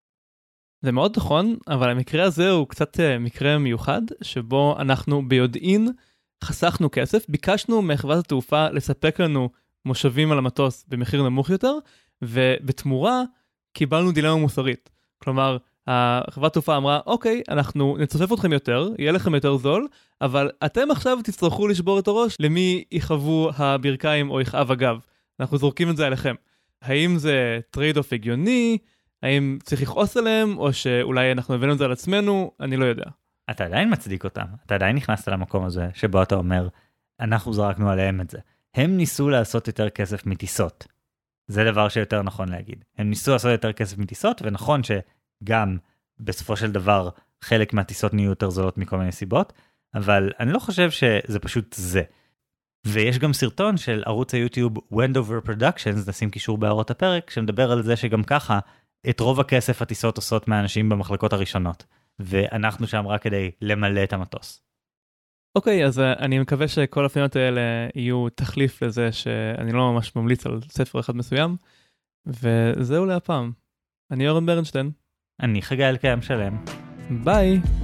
זה מאוד נכון, אבל המקרה הזה הוא קצת מקרה מיוחד, שבו אנחנו ביודעין חסכנו כסף, ביקשנו מחברת התעופה לספק לנו מושבים על המטוס במחיר נמוך יותר, ובתמורה קיבלנו דילמה מוסרית. כלומר, החברת תעופה אמרה, אוקיי, אנחנו נצופף אתכם יותר, יהיה לכם יותר זול, אבל אתם עכשיו תצטרכו לשבור את הראש למי יחוו הברכיים או יכאב הגב. אנחנו זורקים את זה עליכם. האם זה טרייד-אוף הגיוני? האם צריך לכעוס עליהם? או שאולי אנחנו הבאנו את זה על עצמנו? אני לא יודע. אתה עדיין מצדיק אותם. אתה עדיין נכנסת למקום הזה שבו אתה אומר, אנחנו זרקנו עליהם את זה. הם ניסו לעשות יותר כסף מטיסות. זה דבר שיותר נכון להגיד. הם ניסו לעשות יותר כסף מטיסות, ונכון שגם בסופו של דבר חלק מהטיסות נהיו יותר זולות מכל מיני סיבות, אבל אני לא חושב שזה פשוט זה. ויש גם סרטון של ערוץ היוטיוב Wendover Productions, נשים קישור בהערות הפרק, שמדבר על זה שגם ככה את רוב הכסף הטיסות עושות מהאנשים במחלקות הראשונות, ואנחנו שם רק כדי למלא את המטוס. אוקיי, אז אני מקווה שכל הפעמים האלה יהיו תחליף לזה שאני לא ממש ממליץ על ספר אחד מסוים, וזהו להפעם. אני אורן ברנשטיין. אני חגי אלקיים שלם. ביי!